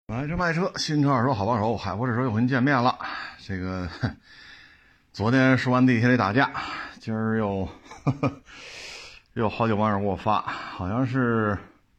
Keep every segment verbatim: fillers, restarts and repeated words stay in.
买车卖车，新车二手好帮手，海博这时候又和您见面了。这个昨天说完地铁里打架，今儿又呵呵又好几网友给我发，好像是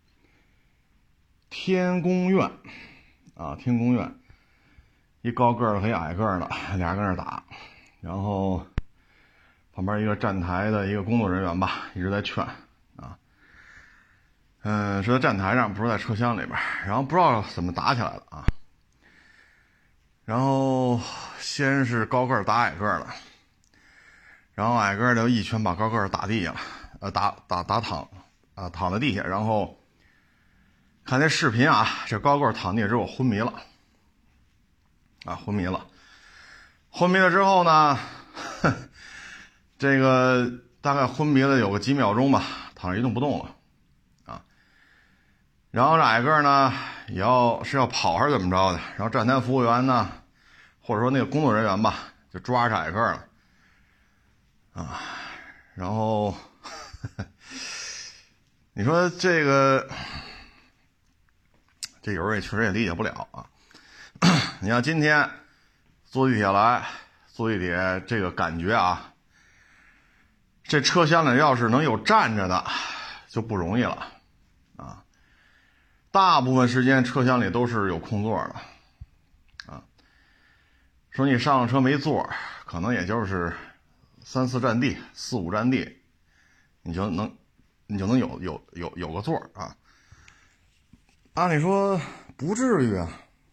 天宫院啊，天宫院一高个儿和一矮个儿的俩人跟那打，然后旁边一个站台的一个工作人员吧一直在劝啊。嗯，是在站台上，不是在车厢里边，然后不知道怎么打起来了啊。然后先是高个儿打矮个儿了，然后矮个儿就一拳把高个儿打地下了，呃，打打打躺啊，躺在地下。然后看那视频啊，这高个儿躺地下之后昏迷了，啊，昏迷了。昏迷了之后呢，这个大概昏迷了有个几秒钟吧，躺着一动不动了。然后这矮个呢，也要是要跑还是怎么着的？然后站台服务员呢，或者说那个工作人员吧，就抓着矮个了，啊，然后呵呵你说这个，这有人也确实也理解不了啊。你像今天坐地铁来，坐地铁这个感觉啊，这车厢里要是能有站着的，就不容易了。大部分时间车厢里都是有空座的，啊，说你上了车没座，可能也就是三四站地、四五站地，你就能，你就能有有有有个座啊。按理说不至于啊。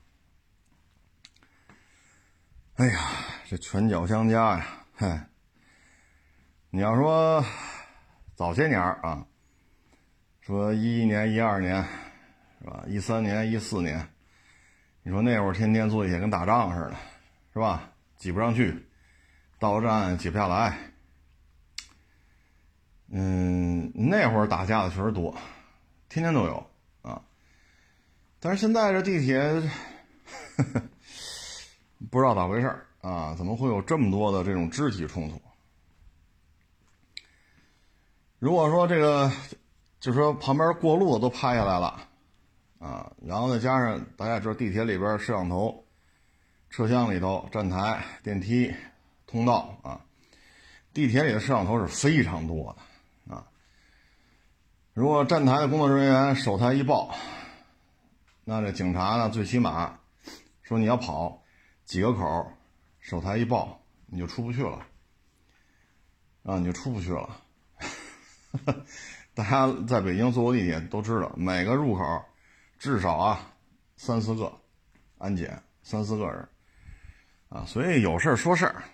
哎呀，这拳脚相加呀，嗨，你要说早些年啊，说一一年、一二年。是吧？一三年、一四年，你说那会儿天天坐地铁跟打仗似的，是吧？挤不上去，到站挤不下来。嗯，那会儿打架的确实多，天天都有啊。但是现在这地铁，呵呵不知道咋回事啊？怎么会有这么多的这种肢体冲突？如果说这个，就说旁边过路的都拍下来了。啊，然后再加上大家知道地铁里边摄像头，车厢里头、站台、电梯、通道啊，地铁里的摄像头是非常多的啊。如果站台的工作人员手台一抱，那这警察呢，最起码说你要跑几个口，手台一抱，你就出不去了啊，你就出不去了。大家在北京坐过地铁都知道，每个入口至少啊，三四个安检，三四个人啊，所以有事说事儿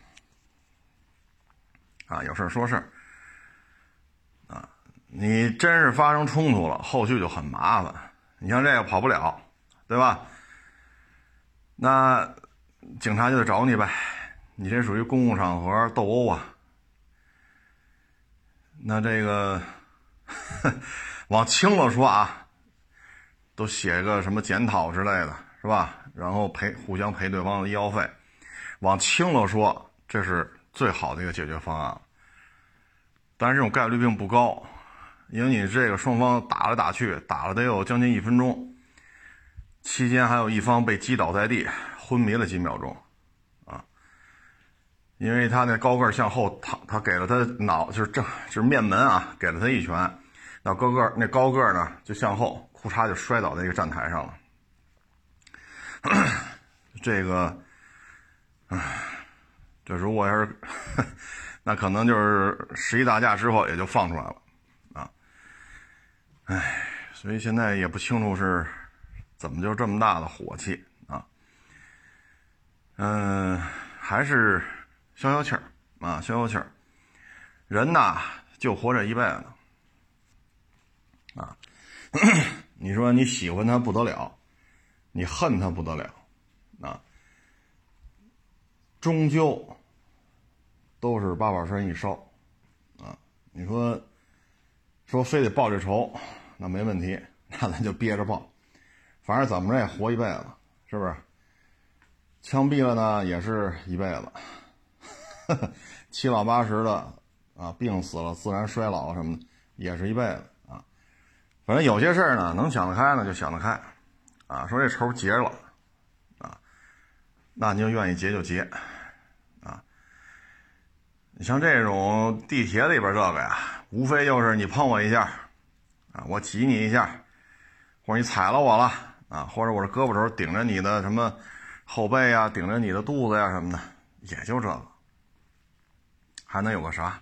啊，有事说事儿啊，你真是发生冲突了，后续就很麻烦。你像这个跑不了，对吧？那警察就得找你呗，你这属于公共场合斗殴啊。那这个往轻了说啊。都写个什么检讨之类的，是吧？然后赔互相赔对方的医药费，往轻了说，这是最好的一个解决方案。但是这种概率并不高，因为你这个双方打来打去，打了得有将近一分钟，期间还有一方被击倒在地，昏迷了几秒钟，啊，因为他那高个向后躺，他给了他脑，就是正就是面门啊，给了他一拳，那高个那高个呢就向后。裤衩就摔倒在一个站台上了，这个，唉，这如果要是，那可能就是十一大架之后也就放出来了，啊，唉，所以现在也不清楚是怎么就这么大的火气啊，嗯，还是消消气儿啊，消消气儿，人呐就活这一辈子，啊。你说你喜欢他不得了，你恨他不得了，啊，终究都是八宝山一烧，啊，你说说非得报这仇，那没问题，那咱就憋着报，反正怎么着也活一辈子，是不是？枪毙了呢，也是一辈子，呵呵七老八十的啊，病死了，自然衰老什么的，也是一辈子。反正有些事儿呢，能想得开呢就想得开， 啊，说这仇结了啊，那你就愿意结就结啊。你像这种地铁里边这个呀，无非就是你碰我一下啊，我挤你一下，或者你踩了我了啊，或者我这胳膊肘顶着你的什么后背啊，顶着你的肚子呀什么的，也就这个，还能有个啥？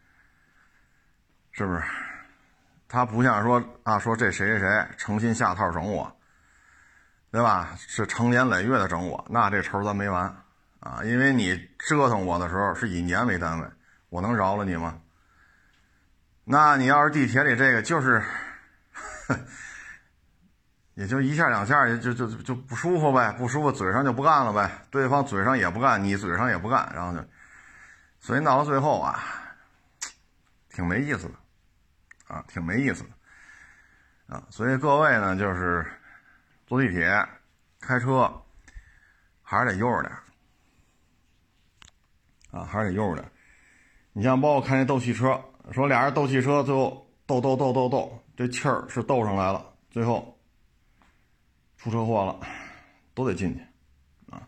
是不是？他不像说啊，说这谁谁谁诚心下套整我，对吧？是成年累月的整我，那这仇咱没完啊！因为你折腾我的时候是以年为单位，我能饶了你吗？那你要是地铁里这个就是，也就一下两下也就就就不舒服呗，不舒服嘴上就不干了呗，对方嘴上也不干，你嘴上也不干，然后就，所以闹到最后啊，挺没意思的。啊，挺没意思的啊，所以各位呢，就是坐地铁、开车，还是得悠着点啊，还是得悠着点。你像包括看那斗汽车，说俩人斗汽车，最后斗斗斗斗斗，这气儿是斗上来了，最后出车祸了，都得进去啊。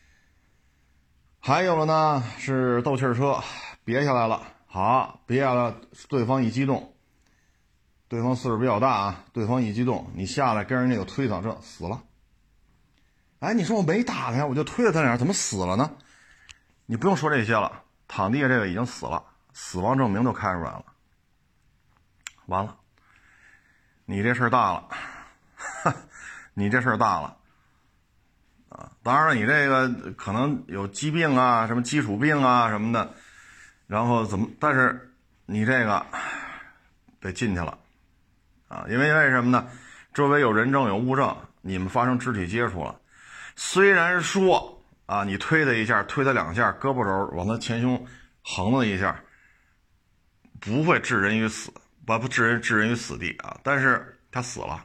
还有了呢，是斗气儿车别下来了，好，别下来，对方一激动。对方岁数比较大啊，对方一激动，你下来跟人家有推搡，这死了。哎，你说我没打他呀，我就推了他两下，怎么死了呢？你不用说这些了，躺地下这个已经死了，死亡证明都开出来了。完了，你这事儿大了，你这事儿大了啊！当然了，你这个可能有疾病啊，什么基础病啊什么的，然后怎么？但是你这个得进去了。啊，因为为什么呢？周围有人证有物证，你们发生肢体接触了。虽然说啊，你推他一下，推他两下，胳膊肘往他前胸横了一下，不会置人于死，不不置人置人于死地啊。但是他死了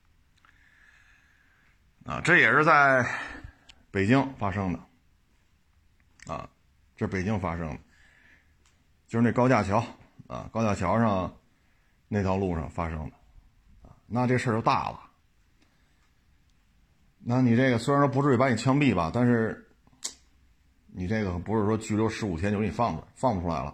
啊，这也是在北京发生的啊，这是北京发生的，就是那高架桥啊，高架桥上那条路上发生的。那这事儿就大了，那你这个虽然说不至于把你枪毙吧，但是你这个不是说拘留十五天就给你放出来，放不出来了。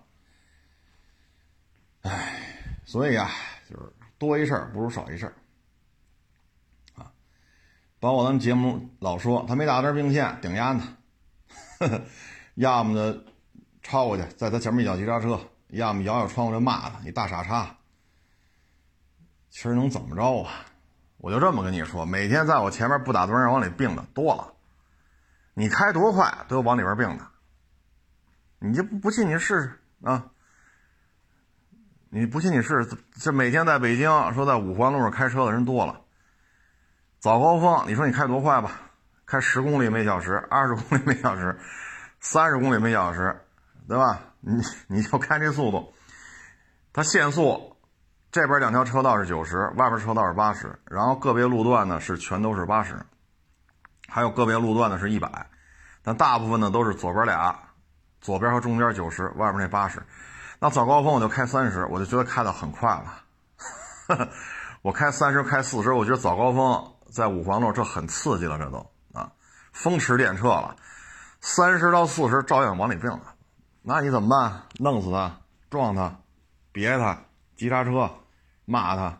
唉，所以啊，就是多一事不如少一事啊。包括咱们节目老说他没打根并线顶压呢，要么呢超过去，在他前面一脚急刹车，要么摇摇窗户就骂他，你大傻叉。其实能怎么着啊？我就这么跟你说，每天在我前面不打灯往里并的多了，你开多快都有往里边并的，你就不信你试试啊！你不信你试试，这每天在北京说在五环路上开车的人多了，早高峰你说你开多快吧，开十公里每小时，二十公里每小时，三十公里每小时，对吧？你你就开这速度，它限速。这边两条车道是九十，外边车道是八十，然后个别路段呢是全都是八十，还有个别路段呢是一百，但大部分呢都是左边俩，左边和中间九十，外边那八十。那早高峰我就开三十，我就觉得开得很快了。我开三十开四十，我觉得早高峰在五环路这很刺激了，这都啊，风驰电掣了。三十到四十照样往里并了，那你怎么办？弄死他，撞他，别他，急刹车。骂他，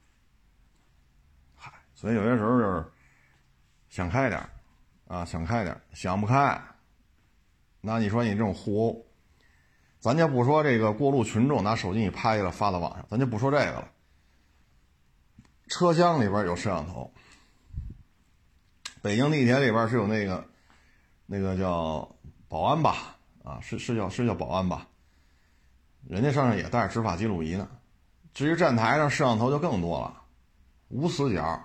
嗨，所以有些时候就是想开点啊，想开点，想不开，那你说你这种互殴，咱就不说这个过路群众拿手机你拍下来发到网上，咱就不说这个了。车厢里边有摄像头，北京地铁里边是有那个那个叫保安吧，啊，是是叫是叫保安吧，人家上面也带着执法记录仪呢。至于站台上摄像头就更多了，无死角。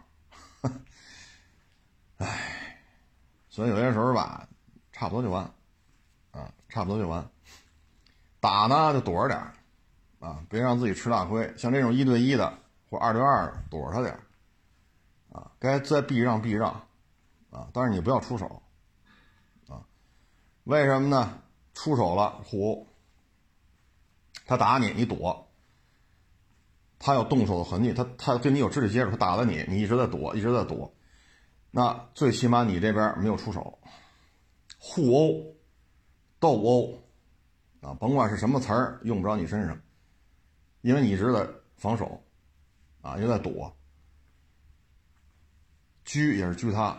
唉，所以有些时候吧，差不多就完啊，差不多就完。打呢就躲着点啊，别让自己吃大亏。像这种一对一的或二对二的，躲着他点啊，该再避让避让啊，但是你不要出手啊。为什么呢？出手了互殴，他打你，你躲。他有动手的痕迹，他他跟你有肢体接触，他打了你，你一直在躲，一直在躲， 那最起码你这边没有出手，互殴、斗殴啊，甭管是什么词儿，用不着你身上，因为你一直在防守啊，一直在躲，狙也是狙他，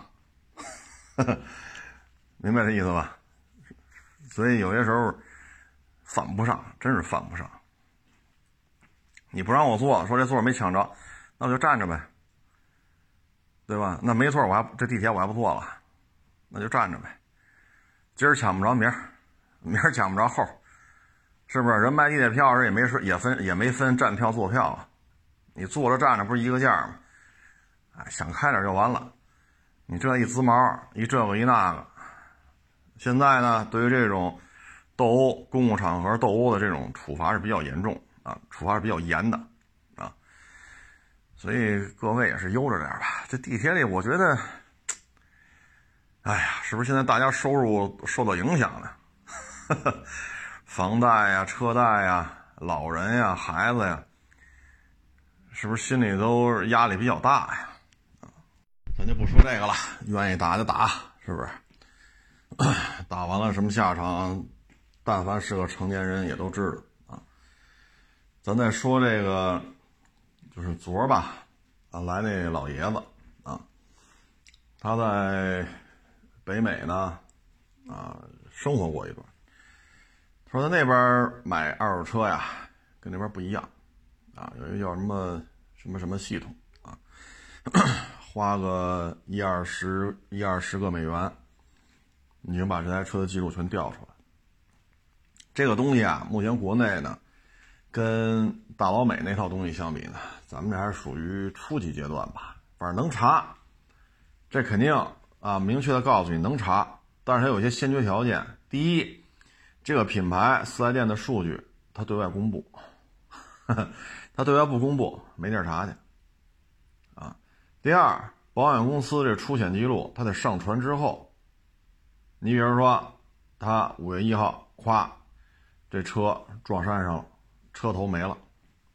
明白这意思吧？所以有些时候犯不上，真是犯不上。你不让我坐，说这座没抢着，那我就站着呗，对吧？那没错，我还这地铁我还不坐了，那就站着呗。今儿抢不着明儿，明儿抢不着后，是不是？人卖地铁票时也没说也分也没分站票坐票啊，你坐着站着不是一个价吗？哎，想开点就完了。你这一滋毛，一这个一那个。现在呢，对于这种斗殴、公共场合斗殴的这种处罚是比较严重啊，处罚是比较严的啊，所以各位也是悠着点吧。这地铁里，我觉得，哎呀，是不是现在大家收入受到影响了？房贷呀、车贷呀、老人呀、孩子呀，是不是心里都压力比较大呀？啊，咱就不说这个了，愿意打就打，是不是？打完了什么下场，但凡是个成年人也都知道啊。咱再说这个，就是昨儿吧，啊，来那老爷子啊，他在北美呢，啊，生活过一段。他说他那边买二手车呀，跟那边不一样啊，有一个叫什么什么什么系统啊，花个一二十一二十个美元。你就把这台车的记录全调出来。这个东西啊，目前国内呢，跟大老美那套东西相比呢，咱们这还是属于初级阶段吧。反正能查，这肯定啊，明确的告诉你能查，但是它有些先决条件。第一，这个品牌四 S 店的数据它对外公布，它对外不公布，没地儿查去啊。第二，保险公司这出险记录，它得上传之后。你比如说他五月一号咵这车撞山上了，车头没了，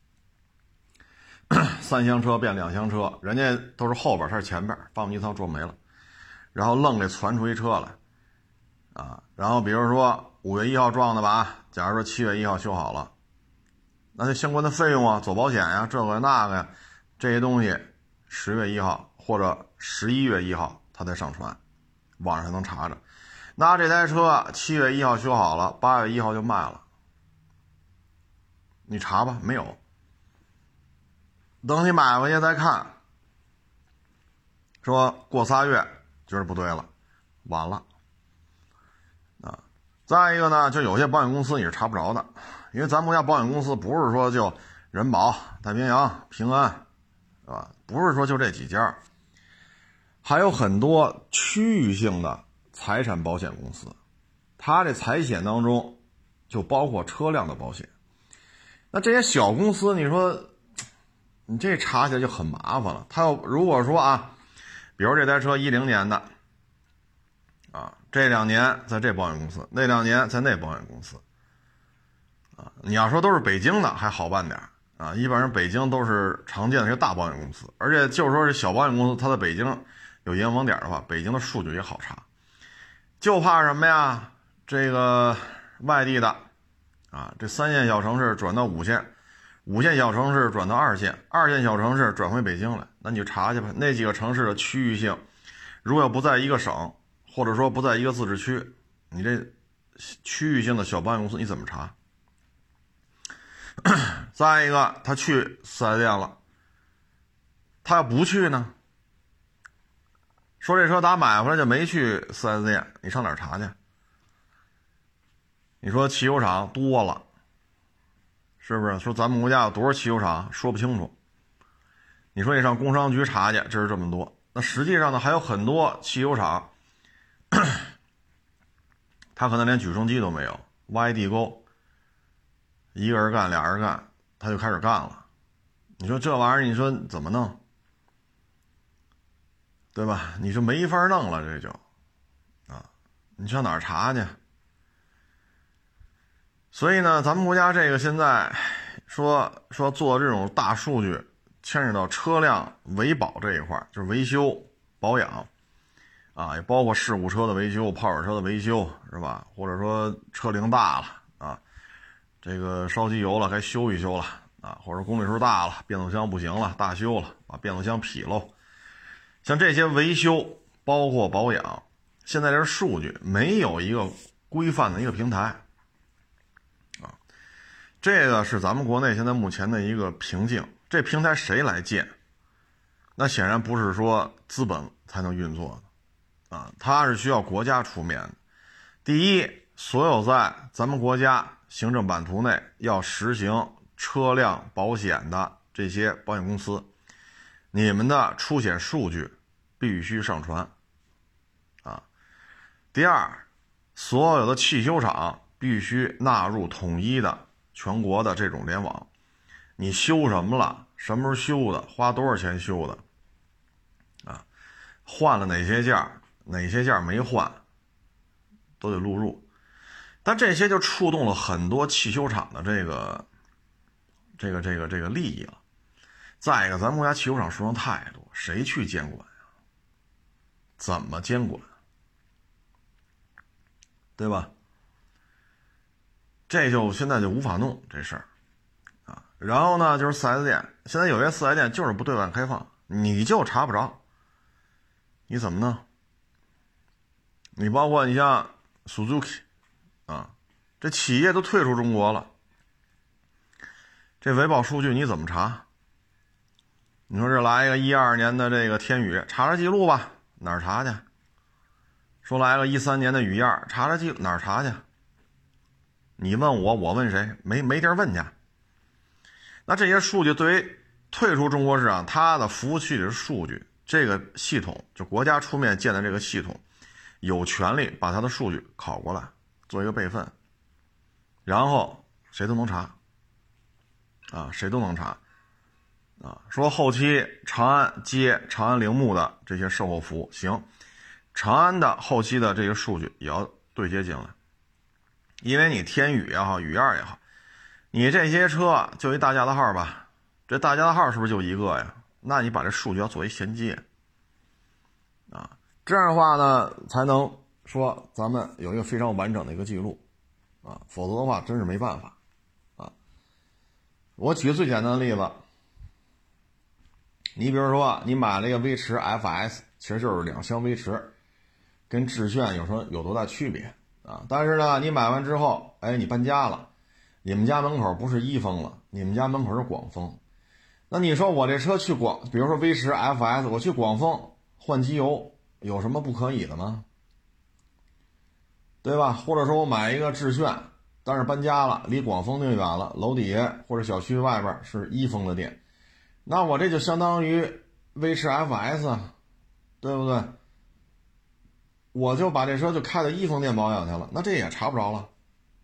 三厢车变两厢车，人家都是后边他是前边，把我们一趟撞没了，然后愣给传出一车来啊。然后比如说五月一号撞的吧，假如说七月一号修好了，那就相关的费用啊，走保险呀，这个那个呀，这些东西十月一号或者十一月一号他才上传，网上才能查着。那这台车七月一号修好了，八月一号就卖了，你查吧，没有。等你买回去再看，说过仨月觉得不对了，晚了啊。再一个呢，就有些保险公司你是查不着的，因为咱们国家保险公司不是说就人保、太平洋、平安，是吧？不是说就这几家，还有很多区域性的财产保险公司，它这财险当中就包括车辆的保险。那这些小公司，你说你这查起来就很麻烦了。他要如果说啊，比如这台车一零年的啊，这两年在这保险公司，那两年在那保险公司啊，你要说都是北京的还好办点啊，一般人北京都是常见的这些大保险公司，而且就是说是小保险公司，它在北京有营业网点的话，北京的数据也好查。就怕什么呀？这个外地的啊，这三线小城市转到五线，五线小城市转到二线，二线小城市转回北京来，那你就查去吧。那几个城市的区域性，如果不在一个省，或者说不在一个自治区，你这区域性的小保险公司你怎么查？再一个，他去四 S 店了，他要不去呢？说这车打买回来就没去四 S 店，你上哪儿查去？你说汽油厂多了，是不是？说咱们国家有多少汽油厂说不清楚。你说你上工商局查去，这是这么多。那实际上呢，还有很多汽油厂，他可能连举升机都没有，挖地沟，一个人干俩人干，他就开始干了。你说这玩意儿，你说怎么弄？对吧？你就没法弄了，这就啊，你上哪儿查去？所以呢，咱们国家这个现在说说做这种大数据，牵扯到车辆维保这一块，就是维修保养， 啊，也包括事故车的维修、泡水车的维修，是吧？或者说车龄大了啊，这个烧机油了该修一修了啊，或者公里数大了，变速箱不行了，大修了，把变速箱劈喽。像这些维修包括保养，现在这数据没有一个规范的一个平台啊，这个是咱们国内现在目前的一个瓶颈。这平台谁来建？那显然不是说资本才能运作的啊，它是需要国家出面的。第一，所有在咱们国家行政版图内要实行车辆保险的这些保险公司，你们的出险数据必须上传啊。第二，所有的汽修厂必须纳入统一的全国的这种联网，你修什么了，什么时候修的，花多少钱修的啊，换了哪些件，哪些件没换，都得录入。但这些就触动了很多汽修厂的这个这个这个这个利益了。再一个，咱们国家汽修厂数量太多，谁去监管呀？怎么监管？对吧？这就现在就无法弄这事儿啊。然后呢，就是 四 S 店，现在有些 四 S 店就是不对外开放，你就查不着，你怎么弄？你包括你像 Suzuki 啊，这企业都退出中国了，这维保数据你怎么查？你说这来一个一二年的这个天宇，查查记录吧，哪儿查去？说来个一三年的雨燕，查查记录，哪儿查去？你问我，我问谁？没没地儿问去。那这些数据对于退出中国市场，它的服务器里的数据，这个系统就国家出面建的这个系统，有权利把它的数据拷过来做一个备份，然后谁都能查啊，谁都能查啊。说后期长安接长安铃木的这些售后服务，行，长安的后期的这些数据也要对接进来，因为你天宇也好，雨燕也好，你这些车就一大家的号吧，这大家的号是不是就一个呀？那你把这数据要做一衔接啊，这样的话呢，才能说咱们有一个非常完整的一个记录啊，否则的话真是没办法啊。我举个最简单的例子，你比如说你买了一个威驰 F S， 其实就是两厢威驰，跟致炫有什么有多大区别啊？但是呢，你买完之后，哎，你搬家了，你们家门口不是一丰了，你们家门口是广丰。那你说我这车去广，比如说威驰 F S， 我去广丰换机油，有什么不可以的吗？对吧？或者说我买一个致炫，但是搬家了，离广丰那么远了，楼底下或者小区外边是一丰的店，那我这就相当于威驰 F S 啊，对不对？我就把这车就开到一丰店保养去了，那这也查不着了，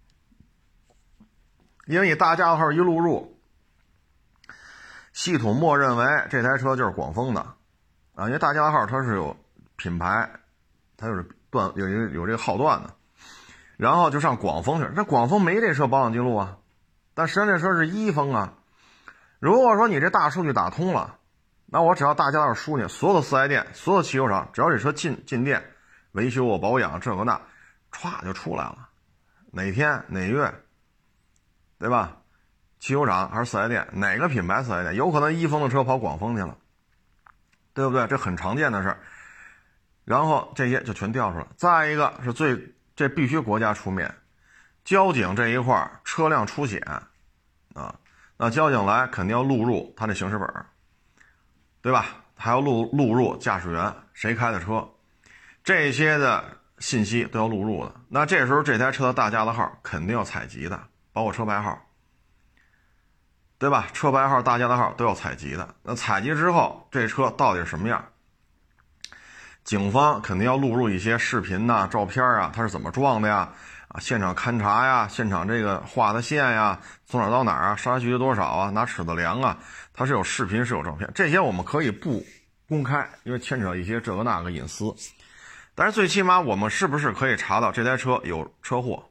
因为你大家号一录入，系统默认为这台车就是广丰的啊，因为大家号它是有品牌，它就是段有有有这个号段的，然后就上广丰去，这广丰没这车保养记录啊，但实际上这车是一丰啊。如果说你这大数据打通了，那我只要大家号输进，所有的四 S 店，所有的汽修厂，只要这车进进店维修啊保养这个那，歘就出来了，哪天哪月，对吧？汽修厂还是四 S 店，哪个品牌四 S 店，有可能一丰的车跑广丰去了，对不对？这很常见的事儿。然后这些就全调出来。再一个是最这必须国家出面，交警这一块车辆出险啊，那交警来肯定要录入他的行驶本，对吧？还要录录入驾驶员谁开的车，这些的信息都要录入的。那这时候这台车的大家的号肯定要采集的，包括车牌号，对吧？车牌号大家的号都要采集的。那采集之后这车到底是什么样，警方肯定要录入一些视频呐、照片啊，它是怎么撞的呀？啊，现场勘查呀，现场这个画的线呀，从哪儿到哪儿啊，刹车距离多少啊，拿尺子量啊，它是有视频是有照片，这些我们可以不公开，因为牵扯一些这个那个隐私。但是最起码我们是不是可以查到这台车有车祸，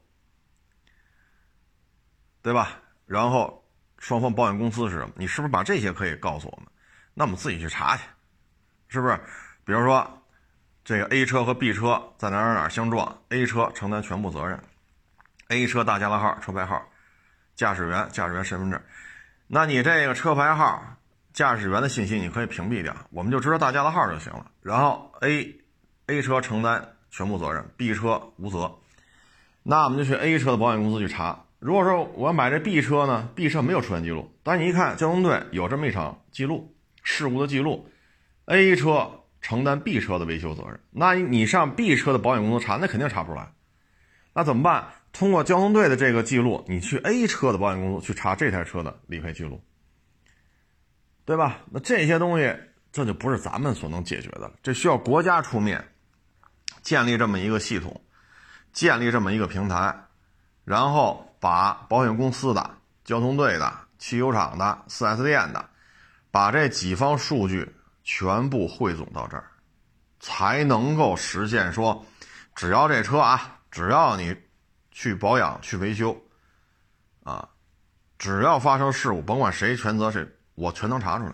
对吧？然后双方保险公司是什么？你是不是把这些可以告诉我们？那我们自己去查去，是不是？比如说这个 A 车和 B 车在哪儿哪儿相撞 ，A 车承担全部责任 ，A 车大家乐号、车牌号、驾驶员、驾驶员身份证，那你这个车牌号、驾驶员的信息你可以屏蔽掉，我们就知道大家乐号就行了。然后 A A 车承担全部责任 ，B 车无责。那我们就去 A 车的保险公司去查。如果说我买这 B 车呢 ，B 车没有出现记录，但是你一看交通队有这么一场记录，事故的记录 ，A 车承担 B 车的维修责任，那你上 B 车的保险公司查，那肯定查不出来。那怎么办？通过交通队的这个记录，你去 A 车的保险公司去查这台车的理赔记录，对吧？那这些东西这就不是咱们所能解决的了，这需要国家出面建立这么一个系统，建立这么一个平台，然后把保险公司的、交通队的、汽油厂的、四 S 店的，把这几方数据全部汇总到这儿，才能够实现说，只要这车啊，只要你去保养、去维修，啊，只要发生事故，甭管谁全责谁，我全能查出来。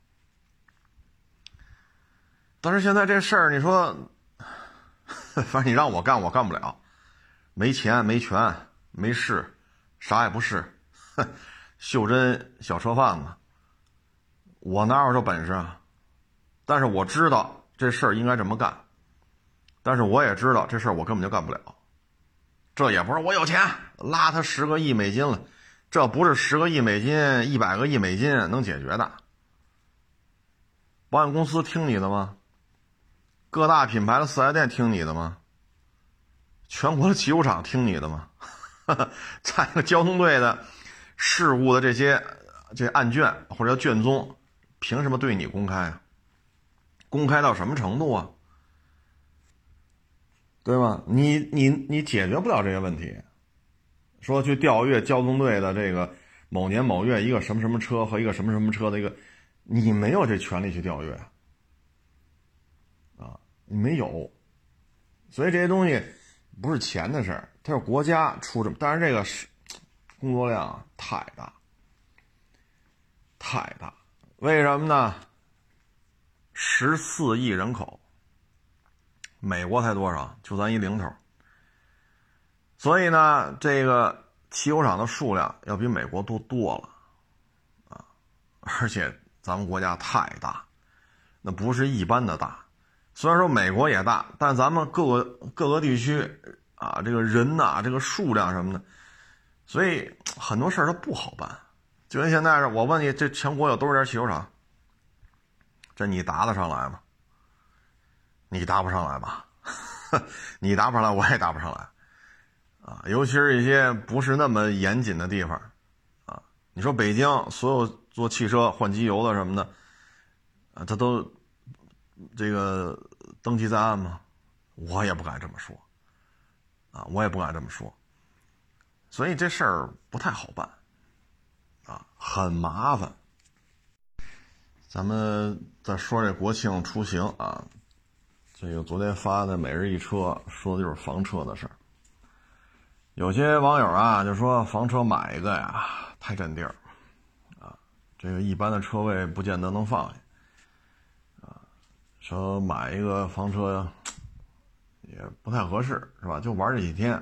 但是现在这事儿，你说，反正你让我干，我干不了，没钱、没权、没势，啥也不是，袖珍小车贩子，我哪有这本事啊？但是我知道这事儿应该这么干，但是我也知道这事儿我根本就干不了。这也不是我有钱拉他十个亿美金了，这不是十个亿美金、一百个亿美金能解决的。保险公司听你的吗？各大品牌的四 S 店听你的吗？全国的汽油厂听你的吗？再一个交通队的事故的这些这案卷或者叫卷宗，凭什么对你公开啊？公开到什么程度啊？对吗？你你你解决不了这些问题。说去调阅交通队的这个某年某月一个什么什么车和一个什么什么车的一个，你没有这权利去调阅啊，你没有。所以这些东西不是钱的事儿，它是国家出这，但是这个是工作量太大太大。为什么呢？十四亿人口，美国才多少？就咱一零头。所以呢，这个汽油厂的数量要比美国多多了啊！而且咱们国家太大，那不是一般的大。虽然说美国也大，但咱们各个各个地区啊，这个人呐，这个数量什么的，所以很多事儿它不好办。就跟现在是，我问你，这全国有多少家汽油厂？这你答得上来吗？你答不上来吧？你答不上来，我也答不上来啊！尤其是一些不是那么严谨的地方啊。你说北京所有做汽车换机油的什么的啊，他都这个登记在案吗？我也不敢这么说啊，我也不敢这么说。所以这事儿不太好办啊，很麻烦。咱们再说这国庆出行啊，这个昨天发的每日一车说的就是房车的事儿。有些网友啊就说房车买一个呀太占地儿啊，这个一般的车位不见得能放下啊，说买一个房车也不太合适是吧？就玩这几天，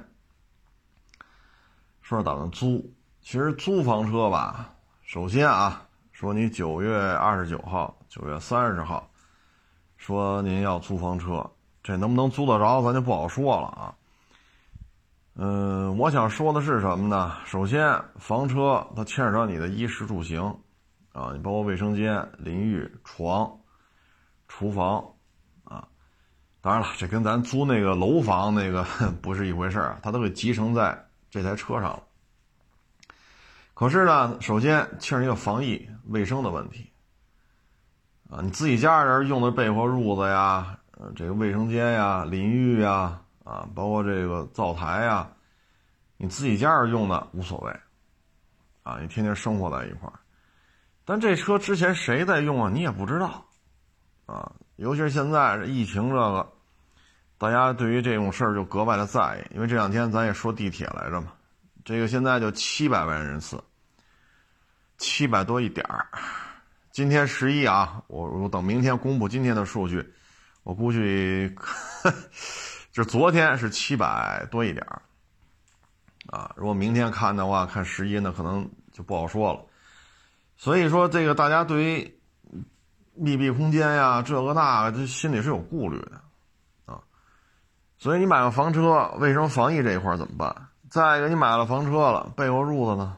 说是打算租。其实租房车吧，首先啊，说你九月二十九号、九月三十号，说您要租房车，这能不能租得着，咱就不好说了啊。嗯，我想说的是什么呢？首先，房车它牵扯到你的衣食住行啊，你包括卫生间、淋浴、床、厨房啊。当然了，这跟咱租那个楼房那个不是一回事啊，它都给集成在这台车上了。可是呢，首先牵扯一个防疫卫生的问题啊，你自己家人用的被窝褥子呀，呃，这个卫生间呀、淋浴呀，啊，包括这个灶台呀，你自己家人用的无所谓啊，你天天生活在一块儿。但这车之前谁在用啊，你也不知道啊，尤其是现在疫情这个，大家对于这种事儿就格外的在意，因为这两天咱也说地铁来着嘛，这个现在就七百万人次，七百多一点儿。今天十一啊，我我等明天公布今天的数据， 我估计就昨天是七百多一点啊，如果明天看的话，看十一呢可能就不好说了。所以说这个大家对于密闭空间呀这个那个，这心里是有顾虑的啊。所以你买了房车，卫生防疫这一块怎么办？再一个，你买了房车了，被窝褥子呢，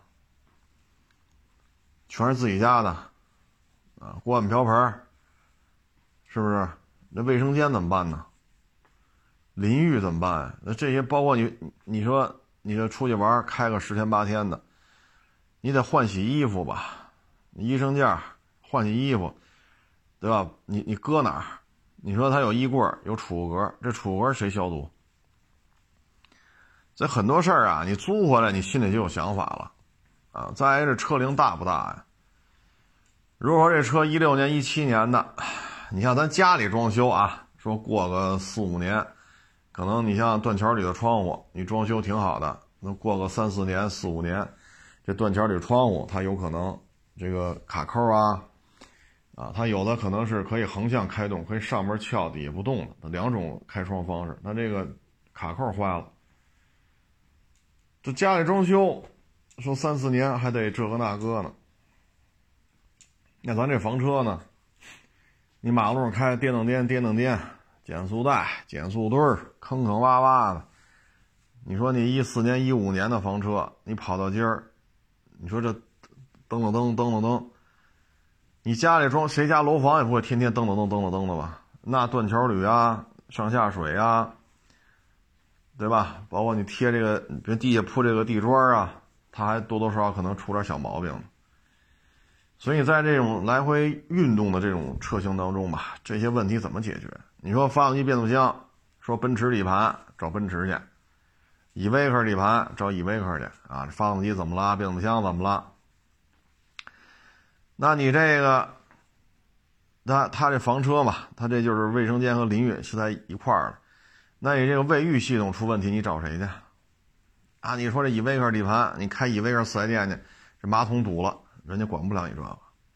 全是自己家的啊，锅碗瓢盆，是不是？那卫生间怎么办呢？淋浴怎么办？那这些包括你，你说你这出去玩开个十天八天的，你得换洗衣服吧？衣裳架换洗衣服，对吧？你你搁哪儿？你说它有衣柜有储物格，这储物格谁消毒？这很多事儿啊，你租回来你心里就有想法了啊。再一个，这车龄大不大呀？如果说这车一六年一七年的，你像咱家里装修啊，说过个四五年，可能你像断桥里的窗户，你装修挺好的，能过个三四年四五年，这断桥里的窗户它有可能这个卡扣啊啊，它有的可能是可以横向开动，可以上面翘底下不动的两种开窗方式，它这个卡扣坏了，这家里装修说三四年还得这个那个呢。那咱这房车呢，你马路上开颠蹬颠颠蹬颠，减速带减速墩儿坑坑洼洼的，你说你一四年一五年的房车，你跑到街儿，你说这蹬了蹬蹬了蹬，你家里装谁家楼房也不会天天蹬了蹬蹬了蹬的吧？那断桥铝啊上下水啊，对吧？包括你贴这个比如地下铺这个地砖啊，它还多多少少可能出点小毛病。所以在这种来回运动的这种车型当中吧，这些问题怎么解决？你说发动机变速箱，说奔驰底盘找奔驰去，依维柯底盘找依维柯去啊，这发动机怎么拉，变速箱怎么拉？那你这个它它这房车嘛，它这就是卫生间和淋浴是在一块儿的，那你这个卫浴系统出问题，你找谁去啊？你说这依维柯底盘，你开依维柯四 S 店去，这马桶堵了，人家管不了你这个，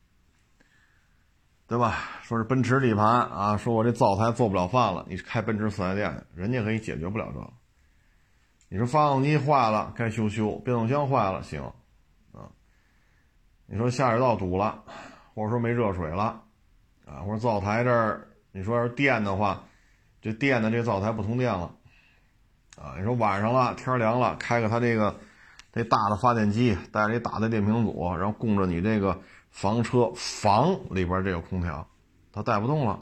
对吧？说是奔驰底盘啊，说我这灶台做不了饭了，你开奔驰四 S 店，人家可以解决不了这个。你说发动机坏了该修修，变速箱坏了行啊。你说下水道堵了，或者说没热水了啊，或者灶台这儿你说要是电的话，这电的这灶台不通电了啊。你说晚上了天凉了，开个它这个这大的发电机，带着一大的电瓶组，然后供着你这个房车房里边这个空调，它带不动了，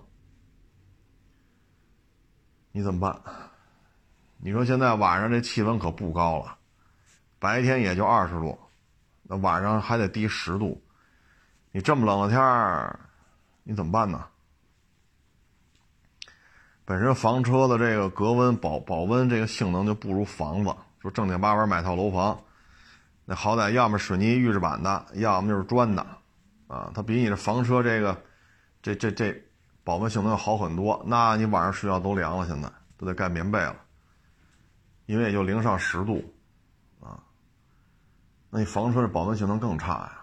你怎么办？你说现在晚上这气温可不高了，白天也就二十度，那晚上还得低十度，你这么冷的天儿，你怎么办呢？本身房车的这个隔温保保温这个性能就不如房子，说正经八百买套楼房，那好歹要么水泥预制板的，要么就是砖的啊，它比你的房车这个这这这保温性能要好很多。那你晚上睡觉都凉了，现在都得盖棉被了，因为也就零上十度啊，那你房车的保温性能更差呀。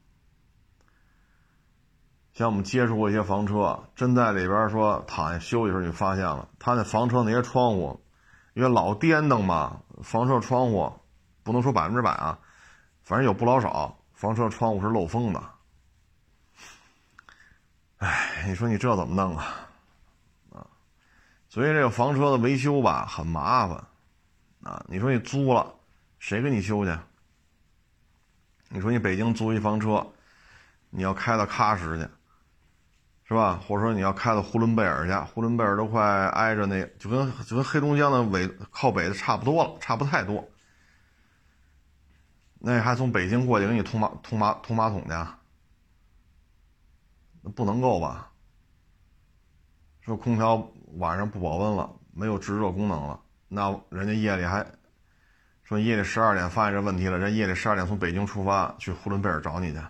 像我们接触过一些房车，真在里边说躺下休息时候，你发现了他那房车那些窗户，因为老颠蹬嘛，房车窗户不能说百分之百啊，反正有不老少房车窗户是漏风的。哎，你说你这怎么弄啊？啊，所以这个房车的维修吧很麻烦啊。你说你租了，谁给你修去？你说你北京租一房车，你要开到喀什去，是吧？或者说你要开到呼伦贝尔去，呼伦贝尔都快挨着那，就跟就跟黑龙江的尾靠北的差不多了，差不太多。那还从北京过去给你通马通马通马桶去，那不能够吧？说空调晚上不保温了，没有制热功能了，那人家夜里还说夜里十二点发现这问题了，人夜里十二点从北京出发去呼伦贝尔找你去。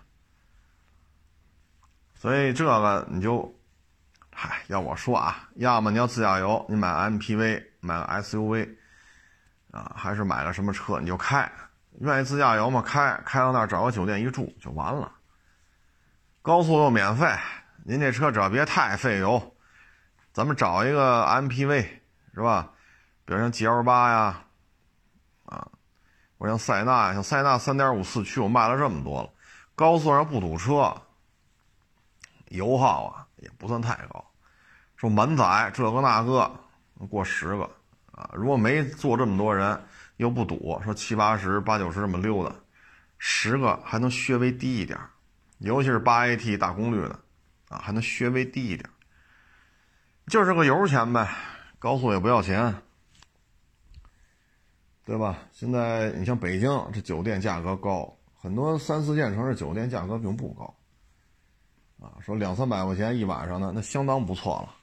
所以这个你就，嗨，要我说啊，要么你要自驾游，你买 M P V， 买个 S U V， 啊，还是买个什么车你就开，愿意自驾游嘛开，开到那儿找个酒店一住就完了。高速又免费，您这车只要别太费油， 咱们找一个 M P V 是吧？比如像 G L 八呀，啊，或者像塞纳，像塞纳 三点五 四驱我卖了这么多了，高速上不堵车，油耗啊也不算太高。说满载这个那个过十个啊，如果没坐这么多人又不堵，说七八十八九十这么溜达，十个还能稍微低一点，尤其是 八 A T 大功率的啊，还能稍微低一点，就是个油钱呗，高速也不要钱，对吧？现在你像北京这酒店价格高，很多三四线城市酒店价格并不高啊，说两三百块钱一晚上呢，那相当不错了。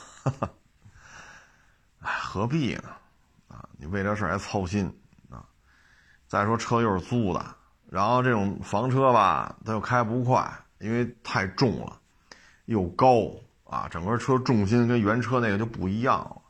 哎，何必呢？啊，你为这事还操心啊？再说车又是租的，然后这种房车吧，它又开不快，因为太重了，又高啊，整个车重心跟原车那个就不一样了。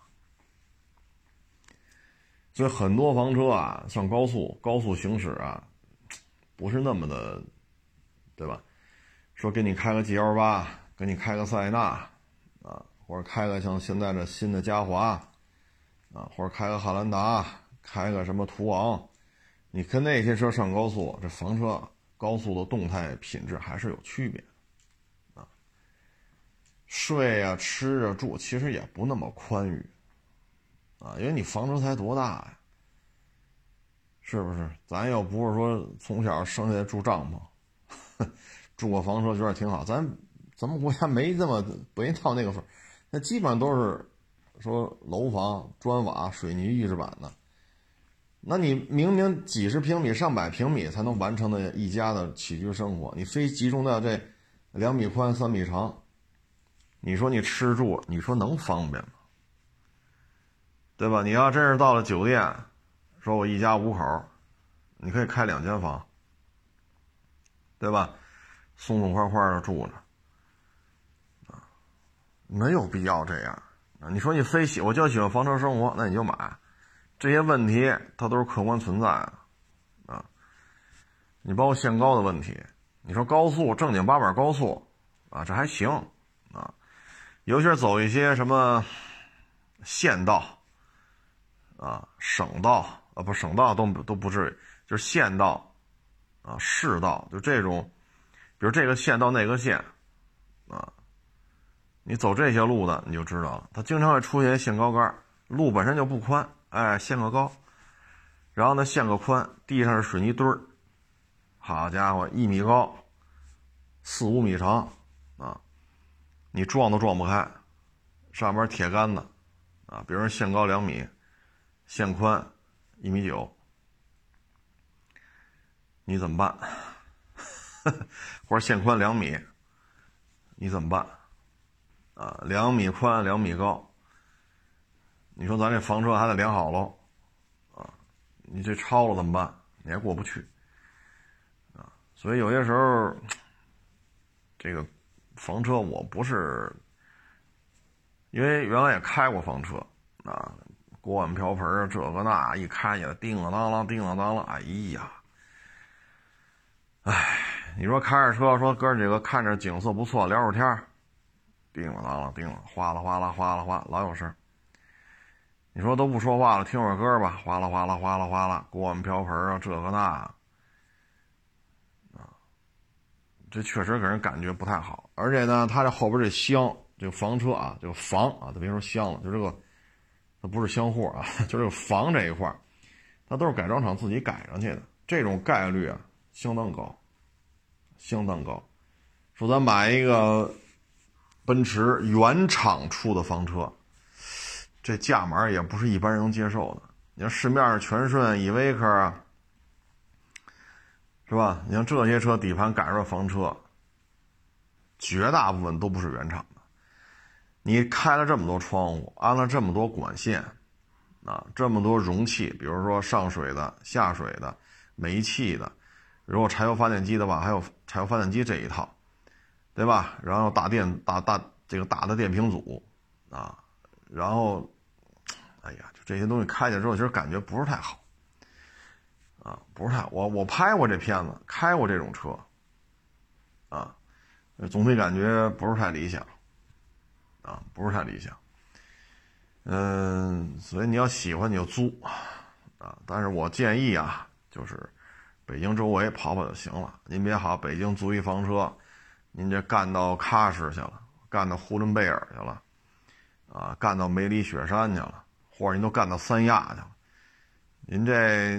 所以很多房车啊，上高速高速行驶啊，不是那么的，对吧？说给你开个 G L 八，给你开个塞纳啊，或者开个像现在这新的嘉华啊，或者开个汉兰达，开个什么途昂，你跟那些车上高速，这房车高速的动态品质还是有区别啊。睡啊吃啊住其实也不那么宽裕啊，因为你房车才多大呀，是不是？咱又不是说从小生下来住帐篷，住过房车觉得挺好，咱咱们国家没这么没到那个份儿，那基本上都是说楼房砖瓦水泥预制板的，那你明明几十平米上百平米才能完成的一家的起居生活，你非集中到这两米宽三米长，你说你吃住你说能方便吗？对吧？你要真是到了酒店，说我一家五口，你可以开两间房，对吧？松松快快的住着啊，没有必要这样啊！你说你非喜我就喜欢房车生活，那你就买，这些问题它都是客观存在的啊。你包括限高的问题，你说高速正经八百高速啊，这还行啊，尤其是走一些什么县道啊、省道啊，不省道都都不至于，就是县道啊、市道，就这种，比如这个县到那个县啊，你走这些路的你就知道了，它经常会出现限高杆，路本身就不宽，哎，限个高，然后呢限个宽，地上是水泥墩儿，好家伙，一米高，四五米长啊，你撞都撞不开，上面铁杆子啊，比如说限高两米，限宽一米九，你怎么办？或者限宽两米，你怎么办？啊，两米宽两米高，你说咱这房车还得量好喽，啊，你这超了怎么办？你还过不去，啊，所以有些时候，这个房车我不是，因为原来也开过房车，啊，锅碗瓢盆这个那一开起来叮了当啷叮了当啷，哎呀，哎，你说开着车说哥几个看着景色不错，聊会儿天，叮了当啷叮了，哗啦哗啦哗啦哗，老有声。你说都不说话了，听会儿歌吧，哗啦哗啦哗啦哗啦，锅碗瓢盆啊，这个那啊，这确实给人感觉不太好。而且呢，它这后边这箱，这个房车啊，这个房啊，它别说箱了，就这个，它不是箱货啊，就这个房这一块，它都是改装厂自己改上去的，这种概率啊相当高，相当高。说咱买一个奔驰原厂出的房车，这价码也不是一般人能接受的。你像市面上全顺、依维柯啊，是吧？你像这些车底盘改装房车，绝大部分都不是原厂的。你开了这么多窗户，安了这么多管线，啊，这么多容器，比如说上水的、下水的、煤气的，如果柴油发电机的话，还有柴油发电机这一套，对吧？然后大电大大这个大的电瓶组啊，然后，哎呀，就这些东西开起来之后，其实感觉不是太好，啊，不是太好。我我拍过这片子，开过这种车，啊，总体感觉不是太理想，啊，不是太理想。 嗯，所以你要喜欢你就租啊，但是我建议啊，就是北京周围跑跑就行了。您别好，北京租一房车，您这干到喀什去了，干到呼伦贝尔去了，啊，干到梅里雪山去了，或者您都干到三亚去了，您这，